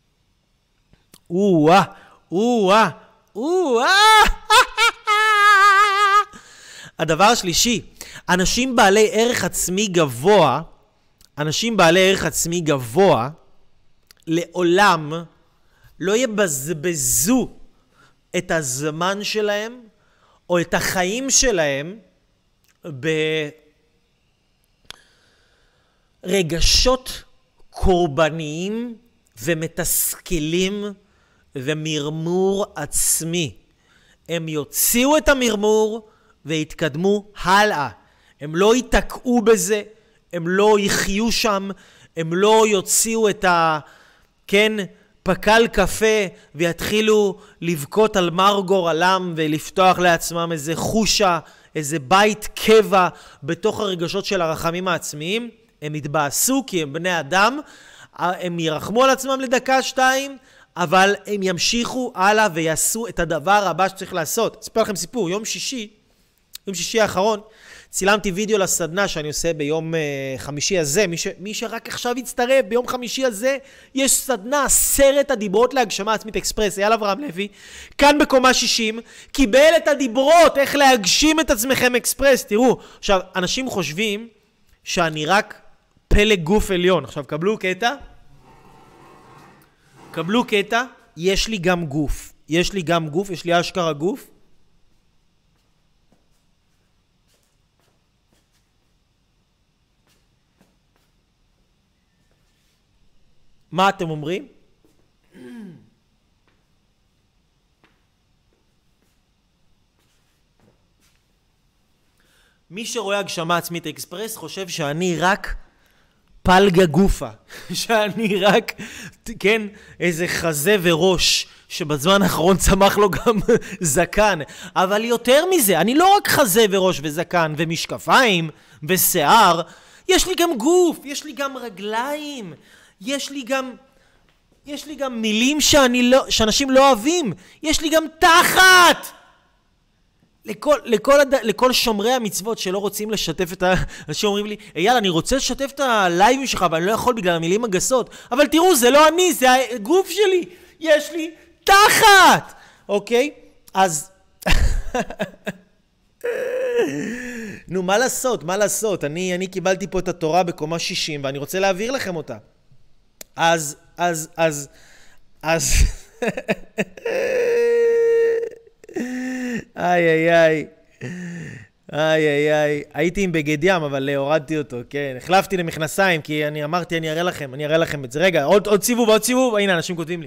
או-אה, או-אה, או-אה. הדבר השלישי, אנשים בעלי ערך עצמי גבוה, אנשים בעלי ערך עצמי גבוה, לעולם לא יבזבזו את הזמן שלהם או את החיים שלהם ברגשות קורבניים ומתסכלים ומרמור עצמי. הם יוציאו את המרמור והתקדמו הלאה. הם לא יתקעו בזה, הם לא יחיו שם, הם לא יוציאו את ה... כן, פקל קפה ויתחילו לבכות על מר גורלם ולפתוח לעצמם איזה חושה, איזה בית קבע בתוך הרגשות של הרחמים העצמיים. הם יתבאסו כי הם בני אדם, הם ירחמו על עצמם לדקה שתיים, אבל הם ימשיכו הלאה ויעשו את הדבר הבא שצריך לעשות. אספר לכם סיפור, יום שישי, יום שישי האחרון, צילמתי וידאו לסדנה שאני עושה ביום uh, חמישי הזה. מי, ש, מי שרק עכשיו יצטרף, ביום חמישי הזה יש סדנה, עשרת הדיברות להגשמה עצמית אקספרס. אייל אברהם לוי, כאן בקומה שישים, קיבל את הדיברות, איך להגשים את עצמכם אקספרס. תראו, עכשיו, אנשים חושבים שאני רק פלג גוף עליון. עכשיו, קבלו קטע. קבלו קטע, יש לי גם גוף. יש לי גם גוף, יש לי אשכרה גוף. מה אתם אומרים? מי שרואה הגשמה עצמית אקספרס חושב שאני רק פלגה גופה, שאני רק, כן, איזה חזה וראש שבזמן האחרון צמח לו גם זקן. אבל יותר מזה, אני לא רק חזה וראש וזקן ומשקפיים ושיער, יש לי גם גוף, יש לי גם רגליים, יש לי גם, יש לי גם מילים שאני לא, שאנשים לא אוהבים. יש לי גם תחת. לכל, לכל, הד... לכל שומרי המצוות שלא רוצים לשתף את ה... אנשים אומרים לי, אייל, אני רוצה לשתף את הלייבים שלך, אבל אני לא יכול בגלל המילים הגסות. אבל תראו, זה לא אני, זה הגוף שלי. יש לי תחת. אוקיי? אז... נו, מה לעשות? מה לעשות? אני, אני קיבלתי פה את התורה בקומה שישים, ואני רוצה להעביר לכם אותה. אז, אז, אז, אז... איי, איי, איי. איי, איי, איי. הייתי עם בגד ים, אבל הורדתי אותו, כן. החלפתי למכנסיים, כי אני אמרתי, אני אראה לכם, אני אראה לכם את זה. רגע, עוד, עוד סיבוב, עוד סיבוב. הנה, אנשים כותבים לי.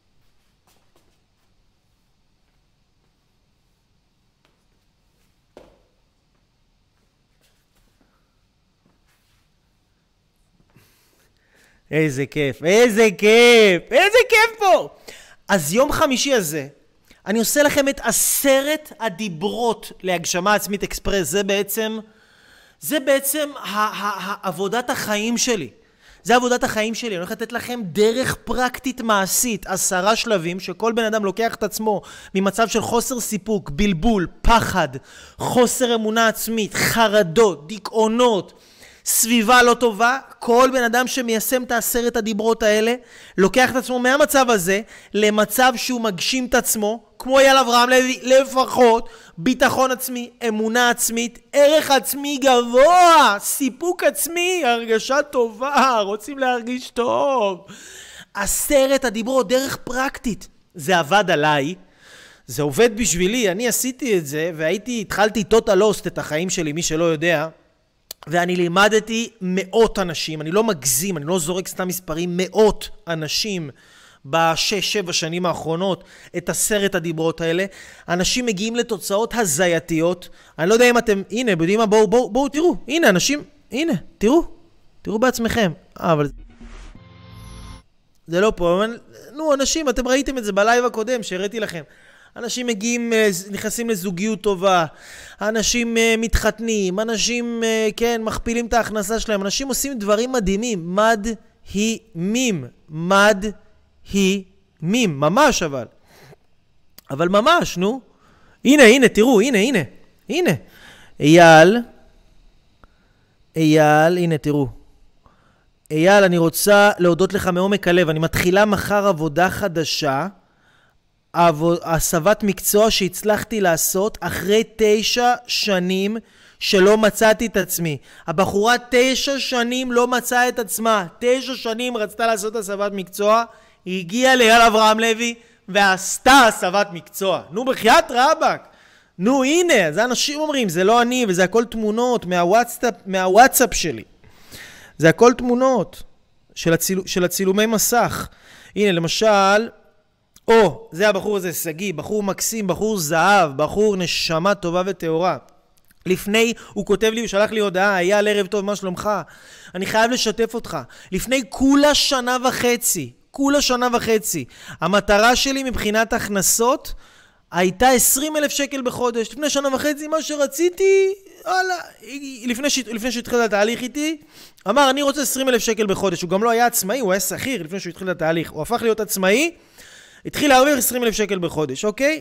איזה כיף, איזה כיף, איזה כיף פה. אז יום חמישי הזה, אני עושה לכם את עשרת הדיברות להגשמה עצמית אקספרס. זה בעצם, זה בעצם עבודת החיים שלי. זה עבודת החיים שלי. אני הולך לתת לכם דרך פרקטית מעשית, עשרה שלבים, שכל בן אדם לוקח את עצמו ממצב של חוסר סיפוק, בלבול, פחד, חוסר אמונה עצמית, חרדות, דיכאונות, סביבה לא טובה. כל בן אדם שמיישם את העשרת הדיברות האלה, לוקח את עצמו מהמצב הזה למצב שהוא מגשים את עצמו, כמו אייל אברהם לוי, לפחות ביטחון עצמי, אמונה עצמית, ערך עצמי גבוה, סיפוק עצמי, הרגשה טובה, רוצים להרגיש טוב. עשרת הדיברות, דרך פרקטית. זה עבד עליי, זה עובד בשבילי, אני עשיתי את זה, והייתי, התחלתי total lost את החיים שלי, מי שלא יודע, ואני לימדתי מאות אנשים, אני לא מגזים, אני לא זורק סתם מספרים, מאות אנשים בשש, שבע שנים האחרונות את עשרת הדיברות האלה. אנשים מגיעים לתוצאות הזייתיות. אני לא יודע אם אתם, הנה, יודעים מה, בואו, בואו, בואו, תראו, הנה, אנשים, הנה, תראו, תראו בעצמכם. אה, אבל זה לא פה, אבל, נו, אנשים, אתם ראיתם את זה בלייב הקודם שהראיתי לכם. אנשים מגיעים, נכנסים לזוגיות טובה, אנשים מתחתנים, אנשים, כן, מכפילים את ההכנסה שלהם, אנשים עושים דברים מדהימים, מדהימים, מדהימים, ממש אבל. אבל ממש, נו. הנה, הנה, תראו, הנה, הנה, הנה. אייל, אייל, הנה, תראו. אייל, אני רוצה להודות לך מעומק הלב, אני מתחילה מחר עבודה חדשה, הסבת מקצוע שהצלחתי לעשות אחרי תשע שנים שלא מצאתי את עצמי. הבחורה תשע שנים לא מצאה את עצמה. תשע שנים רצתה לעשות הסבת מקצוע, היא הגיעה לאייל אברהם לוי ועשתה הסבת מקצוע. נו בחייאת רבאק. נו הנה, זה אנשים אומרים, זה לא אני, וזה הכל תמונות מהוואטסאפ, מהוואטסאפ שלי. זה הכל תמונות של, הציל... של הצילומי מסך. הנה למשל, או, זה הבחור הזה, סגי, בחור מקסים, בחור זהב, בחור נשמה טובה וטהורה. לפני, הוא כותב לי, הוא שלח לי הודעה, היה ערב טוב, מה שלומך? אני חייב לשתף אותך. לפני כולה שנה וחצי, כולה שנה וחצי, המטרה שלי מבחינת הכנסות הייתה עשרים אלף שקל בחודש. לפני שנה וחצי, מה שרציתי, הלאה, לפני, ש... לפני שהתחיל את התהליך איתי, אמר, אני רוצה עשרים אלף שקל בחודש. הוא גם לא היה עצמאי, הוא היה שכיר לפני שהוא התחיל את התהליך. הוא הפך להיות עצמאי, התחיל להרוויח עשרים אלף שקל בחודש, אוקיי?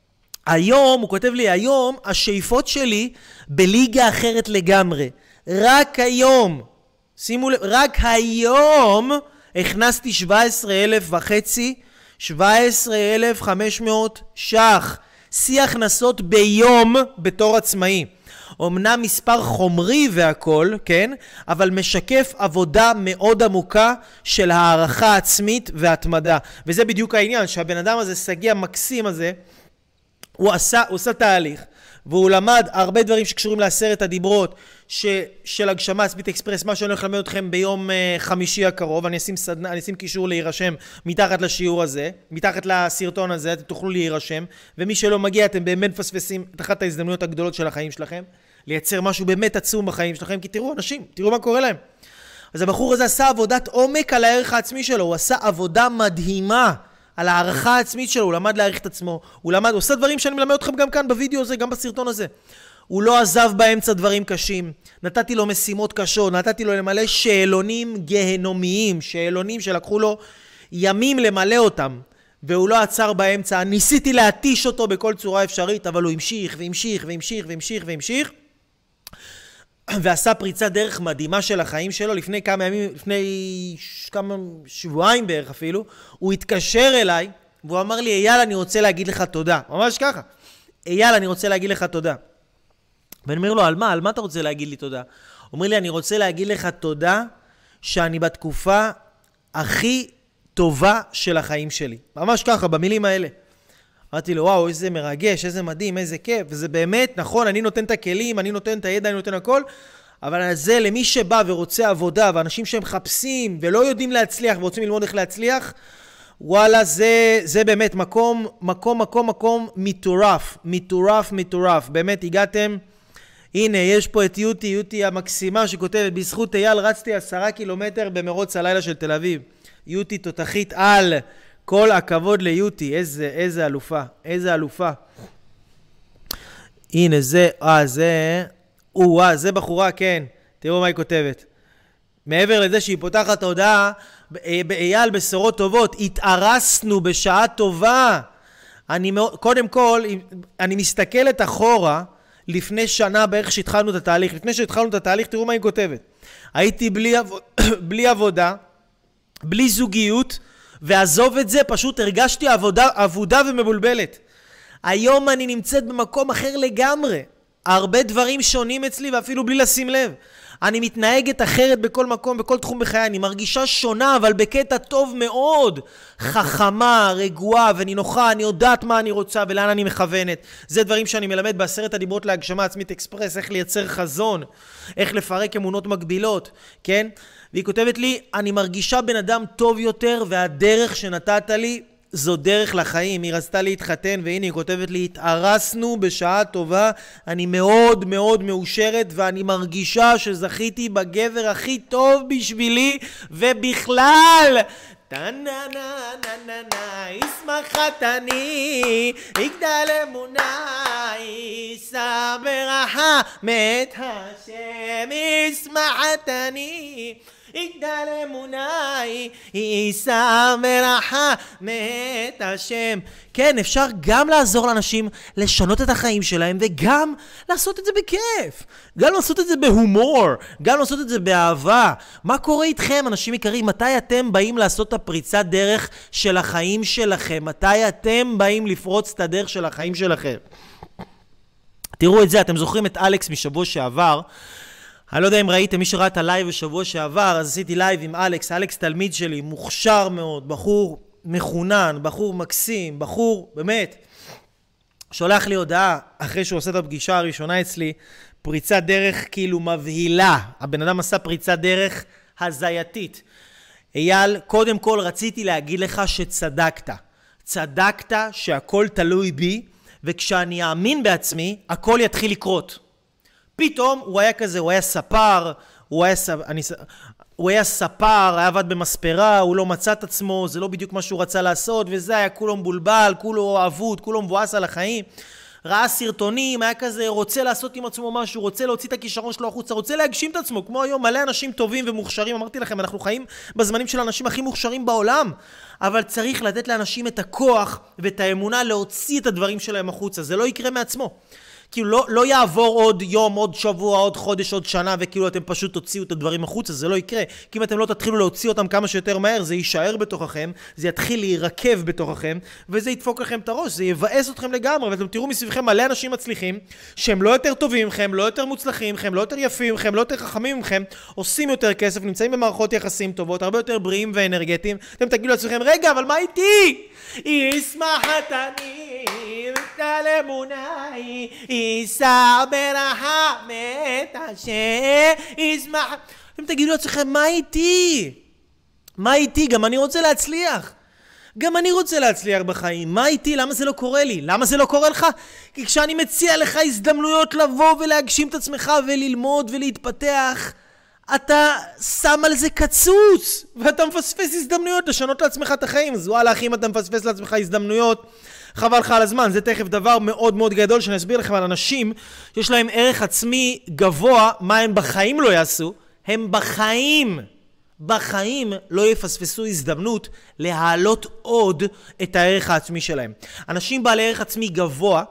היום, הוא כותב לי, היום השאיפות שלי בליגה אחרת לגמרי. רק היום, שימו לב, רק היום הכנסתי שבע עשרה אלף וחצי, שבע עשרה אלף וחמש מאות שח. שיא הכנסות ביום בתור עצמאי. אמנם מספר חומרי והכל, כן? אבל משקף עבודה מאוד עמוקה של הערכה עצמית והתמדה. וזה בדיוק העניין, שהבן אדם הזה, סגי המקסים הזה, הוא עשה, הוא עשה תהליך, והוא למד הרבה דברים שקשורים לעשרת הדיברות ש, של הגשמה עצמית אקספרס, מה שאני הולך ללמד אתכם ביום uh, חמישי הקרוב. אני אשים, סדנה, אני אשים קישור להירשם מתחת לשיעור הזה, מתחת לסרטון הזה, אתם תוכלו להירשם, ומי שלא מגיע, אתם באמת מפספסים את אחת ההזדמנויות הגדולות של החיים שלכם, לייצר משהו באמת עצום בחיים שלכם, כי תראו אנשים, תראו מה קורה להם. אז הבחור הזה עשה עבודת עומק על הערך העצמי שלו, הוא עשה עבודה מדהימה על הערכה העצמית שלו, הוא למד להעריך את עצמו, הוא למד, הוא עושה דברים שאני מלמד אתכם גם כאן בווידאו הזה, גם בסרטון הזה. הוא לא עזב באמצע דברים קשים, נתתי לו משימות קשות, נתתי לו למלא שאלונים גהנומיים, שאלונים שלקחו לו ימים למלא אותם, והוא לא עצר באמצע. ניסיתי להתיש אותו בכל צורה אפשרית, אבל הוא המשיך והמשיך והמשיך והמשיך והמשיך, ועשה פריצת דרך מדהימה של החיים שלו. לפני כמה ימים, לפני כמה שבועיים בערך אפילו, הוא התקשר אליי, והוא אמר לי, אייל, אני רוצה להגיד לך תודה. ממש ככה. אייל, אני רוצה להגיד לך תודה. ואני אומר לו, על מה? על מה אתה רוצה להגיד לי תודה? הוא אומר לי, אני רוצה להגיד לך תודה שאני בתקופה הכי טובה של החיים שלי. ממש ככה, במילים האלה. אמרתי לו, וואו, איזה מרגש, איזה מדהים, איזה כיף. וזה באמת, נכון, אני נותן את הכלים, אני נותן את הידע, אני נותן הכל, אבל זה למי שבא ורוצה עבודה, ואנשים שהם מחפשים ולא יודעים להצליח ורוצים ללמוד איך להצליח, וואלה, זה, זה באמת מקום, מקום, מקום, מקום מטורף, מטורף, מטורף. באמת, הגעתם, הנה, יש פה את יוטי, יוטי המקסימה שכותבת, בזכות אייל רצתי עשרה קילומטר במרוץ הלילה של תל אביב. יוטי תותחית על, כל הכבוד ליוטי, איזה, איזה אלופה, איזה אלופה. הנה, זה, אה, זה, או, אה, זה בחורה, כן, תראו מה היא כותבת. מעבר לזה שהיא פותחת הודעה, באייל בשורות טובות, התארסנו בשעה טובה. אני, קודם כל, אני מסתכלת אחורה, לפני שנה בערך שהתחלנו את התהליך. לפני שהתחלנו את התהליך, תראו מה היא כותבת. הייתי בלי, בלי עבודה, בלי זוגיות, ועזוב את זה, פשוט הרגשתי עבודה, עבודה ומבולבלת. היום אני נמצאת במקום אחר לגמרי. הרבה דברים שונים אצלי, ואפילו בלי לשים לב. אני מתנהגת אחרת בכל מקום, בכל תחום בחיי. אני מרגישה שונה, אבל בקטע טוב מאוד. חכמה, רגועה ונינוחה. אני יודעת מה אני רוצה ולאן אני מכוונת. זה דברים שאני מלמד בעשרת הדיברות להגשמה עצמית אקספרס. איך לייצר חזון. איך לפרק אמונות מקבילות. כן? והיא כותבת לי, אני מרגישה בן אדם טוב יותר, והדרך שנתת לי, זו דרך לחיים. היא רצתה להתחתן, והנה היא כותבת לי, התארסנו בשעה טובה, אני מאוד מאוד מאושרת, ואני מרגישה שזכיתי בגבר הכי טוב בשבילי, ובכלל, טה-נה-נה-נה-נה-נה, ישמח חתני, יגדל אמונה, יישא ברכה, מת השם, ישמח חתני, יגדל אמוני, יישא ברכה, מת השם. כן, אפשר גם לעזור לאנשים לשנות את החיים שלהם, וגם לעשות את זה בכיף. גם לעשות את זה בהומור, גם לעשות את זה באהבה. מה קורה איתכם, אנשים יקרים? מתי אתם באים לעשות את הפריצת דרך של החיים שלכם? מתי אתם באים לפרוץ את הדרך של החיים שלכם? תראו את זה, אתם זוכרים את אלכס משבוע שעבר, אני לא יודע אם ראיתם, מי שראה את הלייב בשבוע שעבר, אז עשיתי לייב עם אלכס, אלכס תלמיד שלי, מוכשר מאוד, בחור מחונן, בחור מקסים, בחור, באמת, שולח לי הודעה, אחרי שהוא עושה את הפגישה הראשונה אצלי, פריצת דרך כאילו מבהילה, הבן אדם עשה פריצת דרך הזייתית. אייל, קודם כל רציתי להגיד לך שצדקת, צדקת שהכל תלוי בי, וכשאני אאמין בעצמי, הכל יתחיל לקרות. פתאום הוא היה כזה, הוא היה ספר, הוא היה, אני, הוא היה ספר, היה עבד במספרה, הוא לא מצא את עצמו, זה לא בדיוק מה שהוא רצה לעשות, וזה היה כולו מבולבל, כולו אבוד, כולו מבואס על החיים. ראה סרטונים, היה כזה, רוצה לעשות עם עצמו משהו, רוצה להוציא את הכישרון שלו החוצה, רוצה להגשים את עצמו, כמו היום, מלא אנשים טובים ומוכשרים, אמרתי לכם, אנחנו חיים בזמנים של האנשים הכי מוכשרים בעולם, אבל צריך לתת לאנשים את הכוח ואת האמונה להוציא את הדברים שלהם החוצה, זה לא יקרה מעצמו. כאילו לא, לא יעבור עוד יום, עוד שבוע, עוד חודש, עוד שנה, וכאילו אתם פשוט תוציאו את הדברים החוצה, זה לא יקרה. כי אם אתם לא תתחילו להוציא אותם כמה שיותר מהר, זה יישאר בתוככם, זה יתחיל להירקב בתוככם, וזה ידפוק לכם את הראש, זה יבאס אתכם לגמרי, ואתם תראו מסביבכם מלא אנשים מצליחים, שהם לא יותר טובים מכם, לא יותר מוצלחים מכם, לא יותר יפים מכם, לא יותר חכמים מכם, עושים יותר כסף, נמצאים במערכות יחסים טובות, הרבה יותר בריאים ואנרגטיים. אתם תגידו לעצמכם, רגע, אבל מה איתי? ישמח חתני, יגדל אמוני, יישא ברכה, מת השם, ישמח. אתם תגידו לעצמכם, מה איתי? מה איתי? גם אני רוצה להצליח. גם אני רוצה להצליח בחיים. מה איתי? למה זה לא קורה לי? למה זה לא קורה לך? כי כשאני מציע לך הזדמנויות לבוא ולהגשים את עצמך וללמוד ולהתפתח, אתה שם על זה קצוץ, ואתה מפספס הזדמנויות לשנות לעצמך את החיים. אז וואלה, אחי, אם אתה מפספס לעצמך הזדמנויות, חבל לך על הזמן. זה תכף דבר מאוד מאוד גדול שאני אסביר לכם על אנשים שיש להם ערך עצמי גבוה, מה הם בחיים לא יעשו. הם בחיים, בחיים לא יפספסו הזדמנות להעלות עוד את הערך העצמי שלהם. אנשים בעלי ערך עצמי גבוה,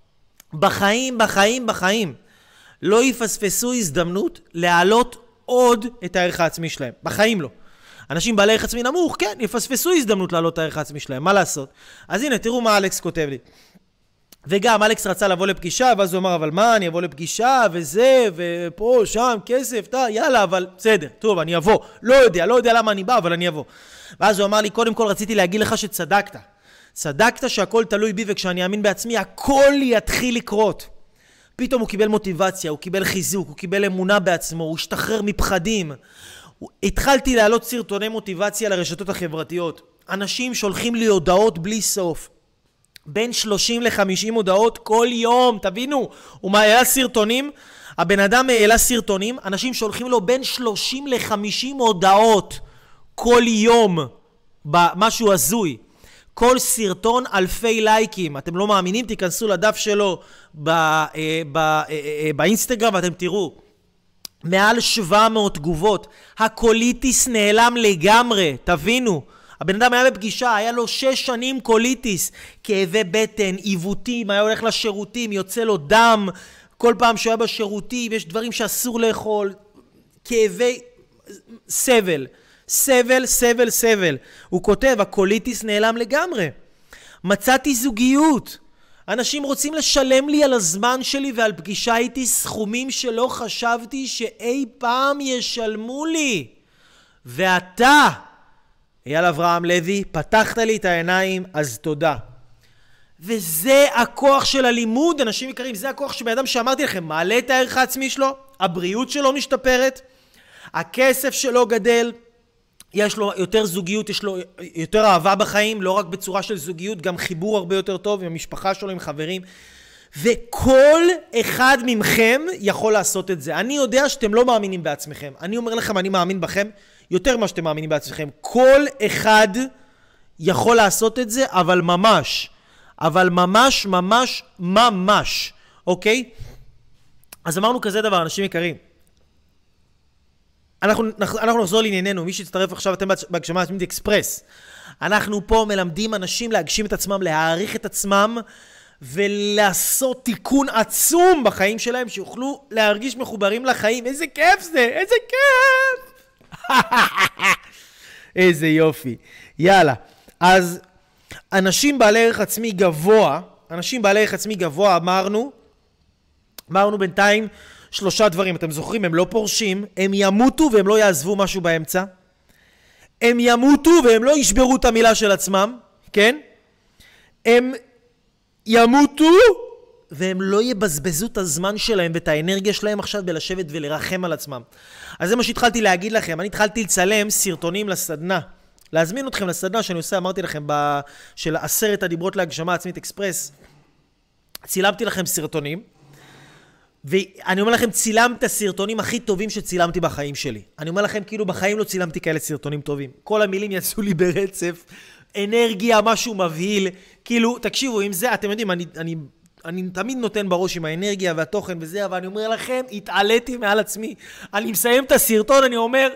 בחיים, בחיים, בחיים, לא יפספסו הזדמנות להעלות עוד את הערך העצמי שלהם. בחיים לא. אנשים בעלי ערך עצמי נמוך, כן, יפספסו הזדמנות להעלות את הערך העצמי שלהם. מה לעשות? אז הנה, תראו מה אלכס כותב לי. וגם אלכס רצה לבוא לפגישה, ואז הוא אמר, אבל מה, אני אבוא לפגישה, וזה, ופה, שם, כסף, תה, יאללה, אבל בסדר, טוב, אני אבוא. לא יודע, לא יודע למה אני בא, אבל אני אבוא. ואז הוא אמר לי, קודם כל רציתי להגיד לך שצדקת. צדקת שהכל תלוי בי, וכשאני אאמין בעצמי, הכל יתחיל לקרות. פתאום הוא קיבל מוטיבציה, הוא קיבל חיזוק, הוא קיבל אמונה בעצמו, הוא השתחרר מפחדים. התחלתי להעלות סרטוני מוטיבציה לרשתות החברתיות. אנשים שולחים לי הודעות בלי סוף. בין שלושים לחמישים הודעות כל יום, תבינו. הוא מעלה סרטונים, הבן אדם העלה סרטונים, אנשים שולחים לו בין שלושים לחמישים הודעות כל יום, במשהו הזוי. כל סרטון אלפי לייקים. אתם לא מאמינים? תיכנסו לדף שלו ב, אה, ב, אה, אה, באינסטגרם ואתם תראו. מעל שבע מאות תגובות. הקוליטיס נעלם לגמרי, תבינו. הבן אדם היה בפגישה, היה לו שש שנים קוליטיס. כאבי בטן, עיוותים, היה הולך לשירותים, יוצא לו דם. כל פעם שהוא היה בשירותים, יש דברים שאסור לאכול. כאבי סבל. סבל, סבל, סבל. הוא כותב, הקוליטיס נעלם לגמרי. מצאתי זוגיות. אנשים רוצים לשלם לי על הזמן שלי ועל פגישה איתי סכומים שלא חשבתי שאי פעם ישלמו לי. ואתה, אייל אברהם לוי, פתחת לי את העיניים, אז תודה. וזה הכוח של הלימוד, אנשים יקרים, זה הכוח שבאדם שאמרתי לכם, מעלה את הערך העצמי שלו, הבריאות שלו משתפרת, הכסף שלו גדל, יש לו יותר זוגיות, יש לו יותר אהבה בחיים, לא רק בצורה של זוגיות, גם חיבור הרבה יותר טוב עם המשפחה שלו, עם חברים. וכל אחד ממכם יכול לעשות את זה. אני יודע שאתם לא מאמינים בעצמכם. אני אומר לכם, אני מאמין בכם יותר ממה שאתם מאמינים בעצמכם. כל אחד יכול לעשות את זה, אבל ממש. אבל ממש, ממש, ממש. אוקיי? אז אמרנו כזה דבר, אנשים יקרים. אנחנו, אנחנו נחזור לענייננו, מי שתצטרף עכשיו אתם בהגשמה עצמית אקספרס. אנחנו פה מלמדים אנשים להגשים את עצמם, להעריך את עצמם, ולעשות תיקון עצום בחיים שלהם, שיוכלו להרגיש מחוברים לחיים. איזה כיף זה, איזה כיף! איזה יופי. יאללה. אז אנשים בעלי ערך עצמי גבוה, אנשים בעלי ערך עצמי גבוה, אמרנו, אמרנו בינתיים, שלושה דברים, אתם זוכרים, הם לא פורשים, הם ימותו והם לא יעזבו משהו באמצע. הם ימותו והם לא ישברו את המילה של עצמם, כן? הם ימותו והם לא יבזבזו את הזמן שלהם ואת האנרגיה שלהם עכשיו בלשבת ולרחם על עצמם. אז זה מה שהתחלתי להגיד לכם, אני התחלתי לצלם סרטונים לסדנה. להזמין אתכם לסדנה שאני עושה, אמרתי לכם, ב... של עשרת הדיברות להגשמה עצמית אקספרס. צילמתי לכם סרטונים. ואני אומר לכם, צילמת הסרטונים הכי טובים שצילמתי בחיים שלי. אני אומר לכם, כאילו בחיים לא צילמתי כאלה סרטונים טובים. כל המילים יצאו לי ברצף, אנרגיה, משהו מבהיל. כאילו, תקשיבו, עם זה, אתם יודעים, אני, אני, אני תמיד נותן בראש עם האנרגיה והתוכן וזה, אבל אני אומר לכם, התעליתי מעל עצמי. אני מסיים את הסרטון, אני אומר,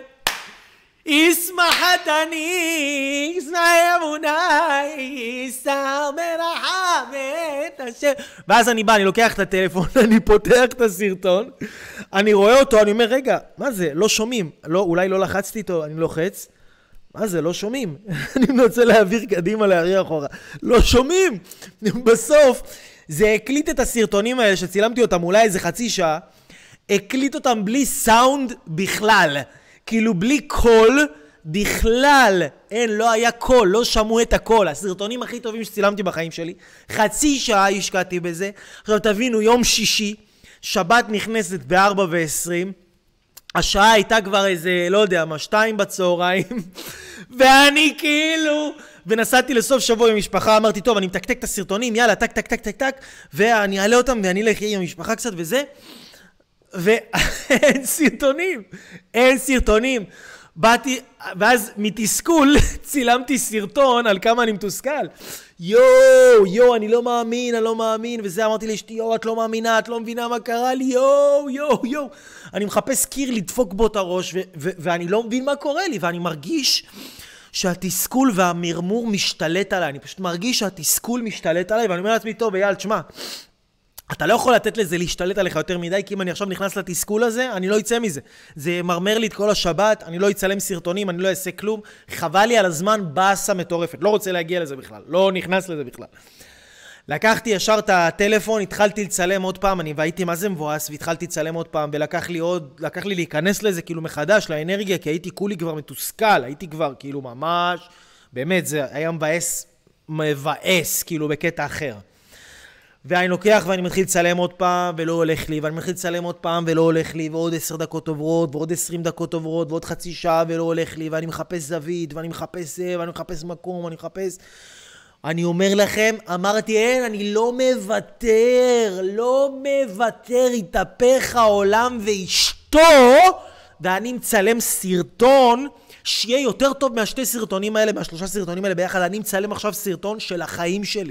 ישמחת אני, ישמח אמוני, ישר מרחמת השם. ואז אני בא, אני לוקח את הטלפון, אני פותח את הסרטון, אני רואה אותו, אני אומר, רגע, מה זה? לא שומעים. לא, אולי לא לחצתי איתו, אני לוחץ. מה זה? לא שומעים. אני רוצה להעביר קדימה, להעביר אחורה. לא שומעים. בסוף, זה הקליט את הסרטונים האלה שצילמתי אותם אולי איזה חצי שעה, הקליט אותם בלי סאונד בכלל. כאילו בלי קול, בכלל, אין, לא היה קול, לא שמעו את הקול. הסרטונים הכי טובים שצילמתי בחיים שלי. חצי שעה השקעתי בזה. עכשיו תבינו, יום שישי, שבת נכנסת ב-ארבע ועשרים, השעה הייתה כבר איזה, לא יודע מה, שתיים בצהריים, ואני כאילו, ונסעתי לסוף שבוע עם משפחה, אמרתי, טוב, אני מתקתק את הסרטונים, יאללה, טק, טק, טק, טק, טק, ואני אעלה אותם, ואני אלך עם המשפחה קצת וזה, ואין סרטונים, אין סרטונים. באתי, ואז מתסכול צילמתי סרטון על כמה אני מתוסכל. יואו, יואו, אני לא מאמין, אני לא מאמין. וזה אמרתי לאשתי, יואו, את לא מאמינה, את לא מבינה מה קרה לי, יואו, יואו, יואו. אני מחפש קיר לדפוק בו את הראש, ו- ו- ואני לא מבין מה קורה לי, ואני מרגיש שהתסכול והמרמור משתלט עליי. אני פשוט מרגיש שהתסכול משתלט עליי, ואני אומר לעצמי, טוב, אייל, תשמע, אתה לא יכול לתת לזה להשתלט עליך יותר מדי, כי אם אני עכשיו נכנס לתסכול הזה, אני לא אצא מזה. זה מרמר לי את כל השבת, אני לא אצלם סרטונים, אני לא אעשה כלום. חבל לי על הזמן, באסה מטורפת. לא רוצה להגיע לזה בכלל, לא נכנס לזה בכלל. לקחתי ישר את הטלפון, התחלתי לצלם עוד פעם, אני והייתי מה זה מבואס, והתחלתי לצלם עוד פעם, ולקח לי עוד, לקח לי להיכנס לזה כאילו מחדש, לאנרגיה, כי הייתי כולי כבר מתוסכל, הייתי כבר כאילו ממש, באמת, זה היה מבאס, מבאס, כאילו בקטע אחר. ואני לוקח ואני מתחיל לצלם עוד פעם, ולא הולך לי, ואני מתחיל לצלם עוד פעם, ולא הולך לי, ועוד עשר דקות עוברות, ועוד עשרים דקות עוברות, ועוד חצי שעה, ולא הולך לי, ואני מחפש זווית, ואני מחפש זה, ואני מחפש מקום, ואני מחפש... אני אומר לכם, אמרתי, אין, אני לא מוותר, לא מוותר, התהפך העולם ואשתו, ואני מצלם סרטון, שיהיה יותר טוב מהשתי סרטונים האלה, מהשלושה סרטונים האלה ביחד, אני מצלם עכשיו סרטון של החיים שלי.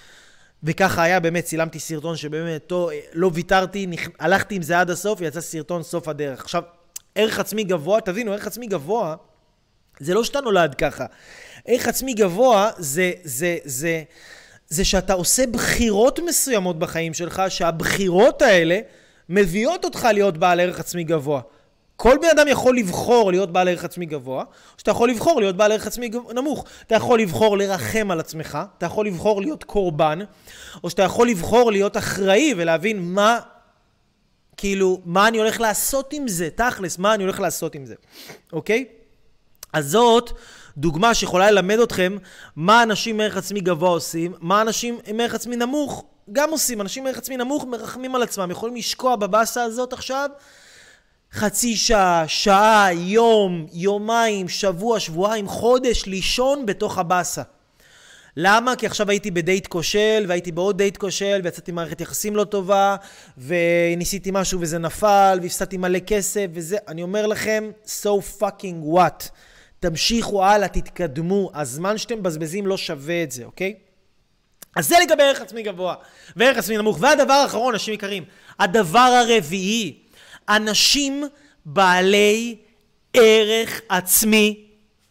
וככה היה, באמת, צילמתי סרטון שבאמת לא ויתרתי, הלכתי עם זה עד הסוף, ויצא סרטון סוף הדרך. עכשיו, ערך עצמי גבוה, תבינו, ערך עצמי גבוה, זה לא שאתה נולד ככה. ערך עצמי גבוה זה, זה, זה, זה שאתה עושה בחירות מסוימות בחיים שלך, שהבחירות האלה מביאות אותך להיות בעל ערך עצמי גבוה. כל בן אדם יכול לבחור להיות בעל ערך עצמי גבוה, או שאתה יכול לבחור להיות בעל ערך עצמי נמוך. אתה יכול לבחור לרחם על עצמך, אתה יכול לבחור להיות קורבן, או שאתה יכול לבחור להיות אחראי ולהבין מה, כאילו, מה אני הולך לעשות עם זה, תכלס, מה אני הולך לעשות עם זה, אוקיי? אז זאת דוגמה שיכולה ללמד אתכם מה אנשים עם ערך עצמי גבוה עושים, מה אנשים עם ערך עצמי נמוך גם עושים. אנשים עם ערך עצמי נמוך מרחמים על עצמם, יכולים לשקוע בבאסה הזאת עכשיו, חצי שעה, שעה, יום, יומיים, שבוע, שבועיים, חודש, לישון בתוך הבאסה. למה? כי עכשיו הייתי בדייט כושל, והייתי בעוד דייט כושל, ויצאתי מערכת יחסים לא טובה, וניסיתי משהו וזה נפל, והפסדתי מלא כסף, וזה, אני אומר לכם, so fucking what? תמשיכו הלאה, תתקדמו, הזמן שאתם בזבזים לא שווה את זה, אוקיי? אז זה לגבי ערך עצמי גבוה, וערך עצמי נמוך. והדבר האחרון, אנשים יקרים, הדבר הרביעי, אנשים בעלי ערך עצמי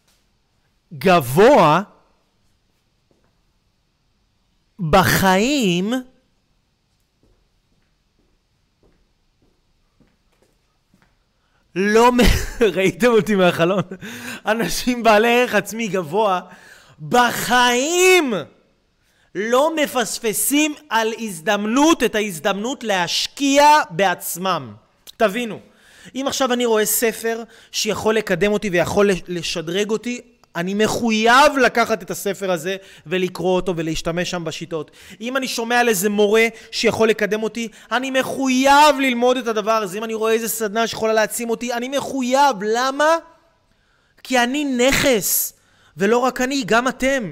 גבוה בחיים לא... ראיתם אותי מהחלון? אנשים בעלי ערך עצמי גבוה בחיים לא מפספסים על הזדמנות, את ההזדמנות להשקיע בעצמם. תבינו, אם עכשיו אני רואה ספר שיכול לקדם אותי ויכול לשדרג אותי, אני מחויב לקחת את הספר הזה ולקרוא אותו ולהשתמש שם בשיטות. אם אני שומע על איזה מורה שיכול לקדם אותי, אני מחויב ללמוד את הדבר הזה. אם אני רואה איזה סדנה שיכולה להעצים אותי, אני מחויב. למה? כי אני נכס, ולא רק אני, גם אתם.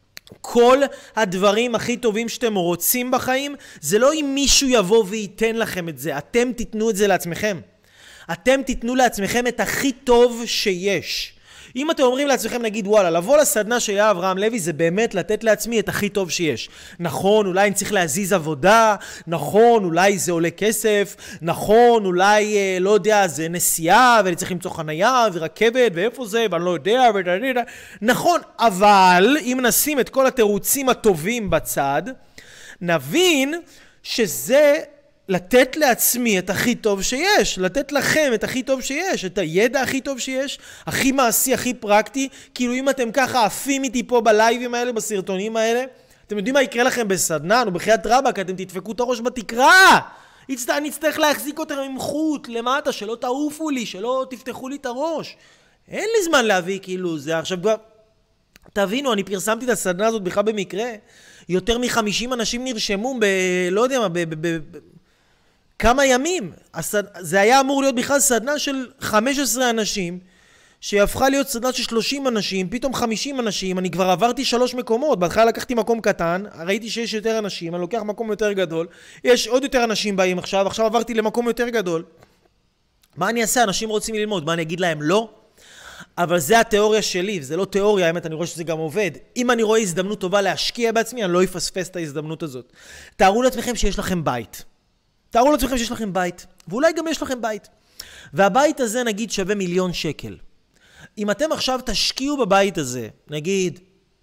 כל הדברים הכי טובים שאתם רוצים בחיים, זה לא אם מישהו יבוא וייתן לכם את זה. אתם תיתנו את זה לעצמכם. אתם תיתנו לעצמכם את הכי טוב שיש. אם אתם אומרים לעצמכם, נגיד, וואלה, לבוא לסדנה שהיה אברהם לוי, זה באמת לתת לעצמי את הכי טוב שיש. נכון, אולי אני צריך להזיז עבודה, נכון, אולי זה עולה כסף, נכון, אולי, אה, לא יודע, זה נסיעה, ואני צריך למצוא חנייה, ורכבת, ואיפה זה, ואני לא יודע, ודדדה. נכון, אבל אם נשים את כל התירוצים הטובים בצד, נבין שזה... לתת לעצמי את הכי טוב שיש, לתת לכם את הכי טוב שיש, את הידע הכי טוב שיש, הכי מעשי, הכי פרקטי. כאילו אם אתם ככה עפים איתי פה בלייבים האלה, בסרטונים האלה, אתם יודעים מה יקרה לכם בסדנן או בחיית רבק, אתם תדפקו את הראש בתקרה. אני אצטרך להחזיק אותם עם חוט למטה, שלא תעופו לי, שלא תפתחו לי את הראש. אין לי זמן להביא כאילו זה. עכשיו כבר, תבינו, אני פרסמתי את הסדנה הזאת בכלל במקרה, יותר מ-חמישים אנשים נרשמו ב... לא יודע מה, ב... ב... ב... כמה ימים. הסד... זה היה אמור להיות בכלל סדנה של חמישה עשר אנשים, שהפכה להיות סדנה של שלושים אנשים, פתאום חמישים אנשים. אני כבר עברתי שלוש מקומות. בהתחלה לקחתי מקום קטן, ראיתי שיש יותר אנשים, אני לוקח מקום יותר גדול, יש עוד יותר אנשים באים עכשיו, עכשיו עברתי למקום יותר גדול. מה אני אעשה? אנשים רוצים ללמוד, מה אני אגיד להם? לא. אבל זה התיאוריה שלי, זה לא תיאוריה, האמת, אני רואה שזה גם עובד. אם אני רואה הזדמנות טובה להשקיע בעצמי, אני לא אפספס את ההזדמנות הזאת. תארו לעצמכם שיש לכם בית. תארו לעצמכם שיש לכם בית, ואולי גם יש לכם בית. והבית הזה נגיד שווה מיליון שקל. אם אתם עכשיו תשקיעו בבית הזה, נגיד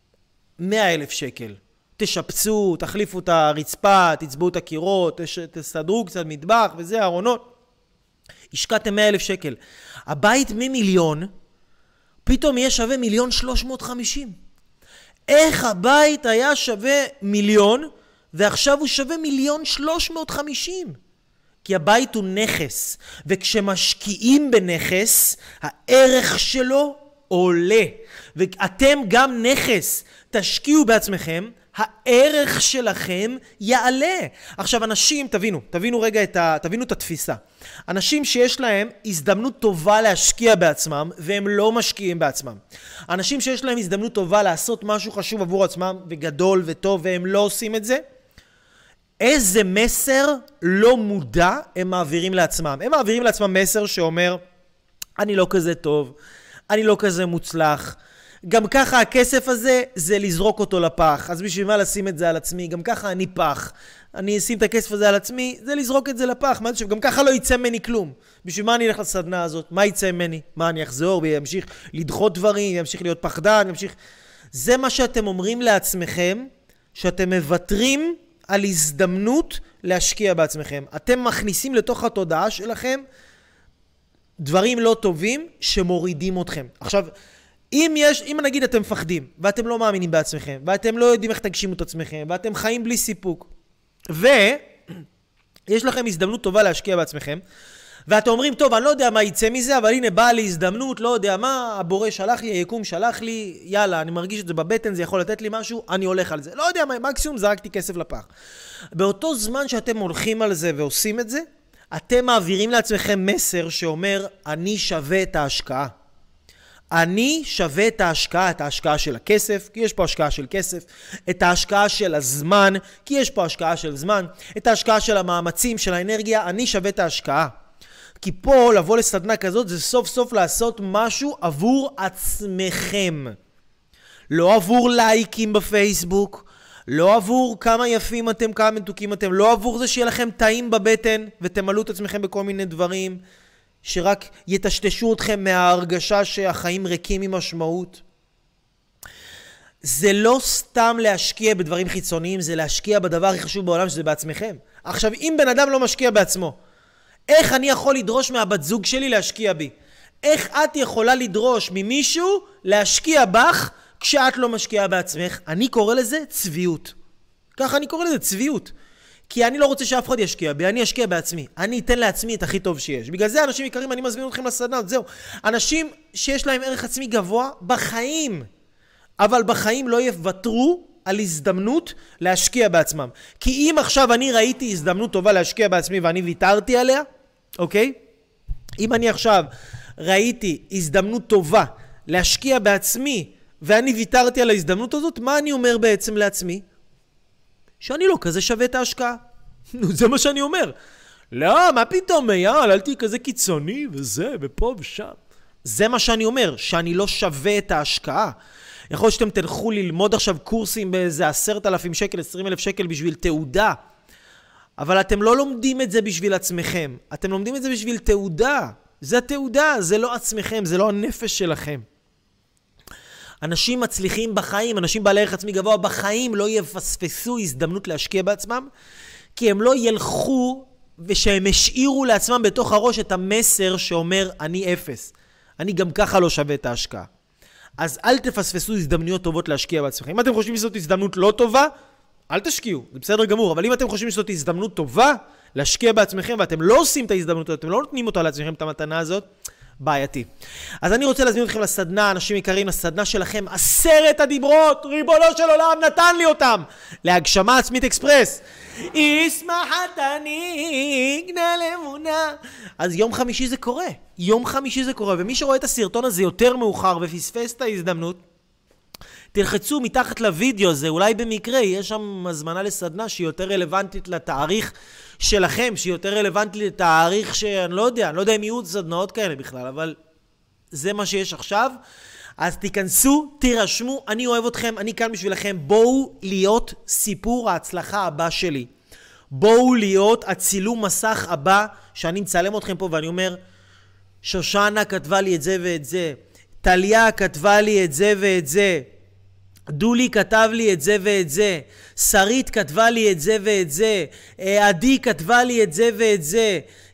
מאה אלף שקל, תשפצו, תחליפו את הרצפה, תצבעו את הקירות, תש... תסדרו קצת מטבח וזה, ארונות, השקעתם מאה אלף שקל. הבית ממיליון, פתאום יהיה שווה מיליון שלוש מאות וחמישים. איך הבית היה שווה מיליון, ועכשיו הוא שווה מיליון שלוש מאות וחמישים. כי הבית הוא נכס, וכשמשקיעים בנכס, הערך שלו עולה. ואתם גם נכס, תשקיעו בעצמכם, הערך שלכם יעלה. עכשיו אנשים, תבינו, תבינו רגע את ה, תבינו את התפיסה. אנשים שיש להם הזדמנות טובה להשקיע בעצמם, והם לא משקיעים בעצמם. אנשים שיש להם הזדמנות טובה לעשות משהו חשוב עבור עצמם, וגדול וטוב, והם לא עושים את זה, איזה מסר לא מודע הם מעבירים לעצמם. הם מעבירים לעצמם מסר שאומר, אני לא כזה טוב, אני לא כזה מוצלח, גם ככה הכסף הזה זה לזרוק אותו לפח, אז בשביל מה לשים את זה על עצמי? גם ככה אני פח, אני אשים את הכסף הזה על עצמי, זה לזרוק את זה לפח, מה זה? גם ככה לא יצא ממני כלום. בשביל מה אני אלך לסדנה הזאת? מה יצא ממני? מה אני אחזור וימשיך לדחות דברים, ימשיך להיות פחדן, ימשיך... זה מה שאתם אומרים לעצמכם, שאתם מבטרים על הזדמנות להשקיע בעצמכם. אתם מכניסים לתוך התודעה שלכם דברים לא טובים שמורידים אתכם. עכשיו, אם יש, אם נגיד אתם מפחדים, ואתם לא מאמינים בעצמכם, ואתם לא יודעים איך תגשימו את עצמכם, ואתם חיים בלי סיפוק, ויש לכם הזדמנות טובה להשקיע בעצמכם, ואתם אומרים, טוב, אני לא יודע מה יצא מזה, אבל הנה באה לי הזדמנות, לא יודע מה, הבורא שלח לי, היקום שלח לי, יאללה, אני מרגיש את זה בבטן, זה יכול לתת לי משהו, אני הולך על זה. לא יודע מה, מקסימום זרקתי כסף לפח. באותו זמן שאתם הולכים על זה ועושים את זה, אתם מעבירים לעצמכם מסר שאומר, אני שווה את ההשקעה. אני שווה את ההשקעה, את ההשקעה של הכסף, כי יש פה השקעה של כסף, את ההשקעה של הזמן, כי יש פה השקעה של זמן, את ההשקעה של המאמצים, של האנרגיה, אני שווה את ההשקעה. כי פה לבוא לסדנה כזאת זה סוף סוף לעשות משהו עבור עצמכם. לא עבור לייקים בפייסבוק, לא עבור כמה יפים אתם, כמה מתוקים אתם, לא עבור זה שיהיה לכם טעים בבטן ותמלאו את עצמכם בכל מיני דברים שרק יטשטשו אתכם מההרגשה שהחיים ריקים ממשמעות. זה לא סתם להשקיע בדברים חיצוניים, זה להשקיע בדבר הכי חשוב בעולם שזה בעצמכם. עכשיו, אם בן אדם לא משקיע בעצמו, איך אני יכול לדרוש מהבת זוג שלי להשקיע בי? איך את יכולה לדרוש ממישהו להשקיע בך כשאת לא משקיעה בעצמך? אני קורא לזה צביעות. ככה אני קורא לזה צביעות. כי אני לא רוצה שאף אחד ישקיע בי, אני אשקיע בעצמי. אני אתן לעצמי את הכי טוב שיש. בגלל זה אנשים יקרים, אני מזמין אתכם לסדנה, זהו. אנשים שיש להם ערך עצמי גבוה בחיים, אבל בחיים לא יוותרו על הזדמנות להשקיע בעצמם. כי אם עכשיו אני ראיתי הזדמנות טובה להשקיע בעצמי ואני ויתרתי עליה, אוקיי? אם אני עכשיו ראיתי הזדמנות טובה להשקיע בעצמי ואני ויתרתי על ההזדמנות הזאת, מה אני אומר בעצם לעצמי? שאני לא כזה שווה את ההשקעה. זה מה שאני אומר. לא, מה פתאום, יאל, אל תהי כזה קיצוני וזה, ופה ושם. זה מה שאני אומר, שאני לא שווה את ההשקעה. יכול להיות שאתם תלכו ללמוד עכשיו קורסים באיזה עשרת אלפים שקל, עשרים אלף שקל בשביל תעודה. אבל אתם לא לומדים את זה בשביל עצמכם. אתם לומדים את זה בשביל תעודה. זה התעודה, זה לא עצמכם, זה לא הנפש שלכם. אנשים מצליחים בחיים, אנשים בעלי ערך עצמי גבוה בחיים לא יפספסו הזדמנות להשקיע בעצמם, כי הם לא ילכו ושהם השאירו לעצמם בתוך הראש את המסר שאומר אני אפס. אני גם ככה לא שווה את ההשקעה. אז אל תפספסו הזדמנויות טובות להשקיע בעצמכם. אם אתם חושבים שזאת הזדמנות לא טובה, אל תשקיעו, זה בסדר גמור. אבל אם אתם חושבים שזאת הזדמנות טובה להשקיע בעצמכם, ואתם לא עושים את ההזדמנות הזאת, אתם לא נותנים אותה לעצמכם את המתנה הזאת, בעייתי. אז אני רוצה להזמין אתכם לסדנה, אנשים יקרים, לסדנה שלכם, עשרת הדיברות, ריבונו של עולם נתן לי אותם, להגשמה עצמית אקספרס. ישמחת אני גנה לאמונה. אז יום חמישי זה קורה, יום חמישי זה קורה, ומי שרואה את הסרטון הזה יותר מאוחר ופספס את ההזדמנות, תלחצו מתחת לוידאו הזה, אולי במקרה יש שם הזמנה לסדנה שהיא יותר רלוונטית לתאריך שלכם, שהיא יותר רלוונטית לתאריך שאני לא יודע, אני לא יודע אם יהיו סדנאות כאלה בכלל, אבל זה מה שיש עכשיו. אז תיכנסו, תירשמו, אני אוהב אתכם, אני כאן בשבילכם, בואו להיות סיפור ההצלחה הבא שלי. בואו להיות הצילום מסך הבא שאני מצלם אתכם פה ואני אומר, שושנה כתבה לי את זה ואת זה, טליה כתבה לי את זה ואת זה, דולי כתב לי את זה ואת זה, שרית כתבה לי את זה ואת זה, עדי כתבה לי את זה ואת זה,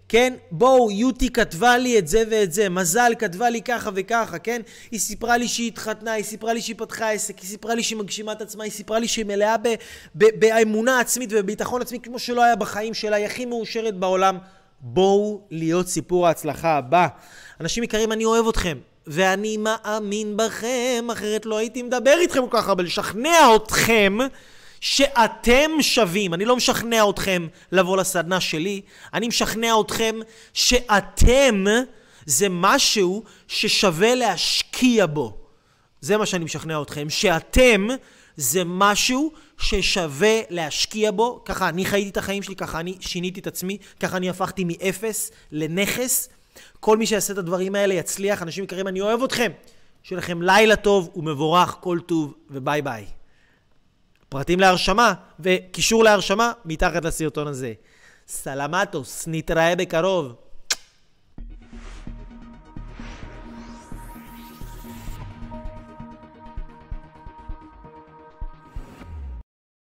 כן? בואו, יוטי כתבה לי את זה ואת זה, מזל כתבה לי ככה וככה, כן? היא סיפרה לי שהיא התחתנה, היא סיפרה לי שהיא פתחה עסק, היא סיפרה לי שהיא מגשימה את עצמה, היא סיפרה לי שהיא מלאה באמונה עצמית ובביטחון עצמי, כמו שלא היה בחיים שלה, היא הכי מאושרת בעולם. בואו להיות סיפור ההצלחה הבא. אנשים יקרים, אני אוהב אתכם, ואני מאמין בכם, אחרת לא הייתי מדבר איתכם כל כך הרבה, לשכנע אתכם שאתם שווים. אני לא משכנע אתכם לבוא לסדנה שלי, אני משכנע אתכם שאתם זה משהו ששווה להשקיע בו. זה מה שאני משכנע אתכם, שאתם זה משהו ששווה להשקיע בו. ככה אני חייתי את החיים שלי, ככה אני שיניתי את עצמי, ככה אני הפכתי מאפס לנכס. כל מי שיעשה את הדברים האלה יצליח. אנשים יקרים, אני אוהב אתכם. שיהיה לכם לילה טוב ומבורך, כל טוב וביי ביי. פרטים להרשמה וקישור להרשמה מתחת לסרטון הזה. סלמטוס, נתראה בקרוב.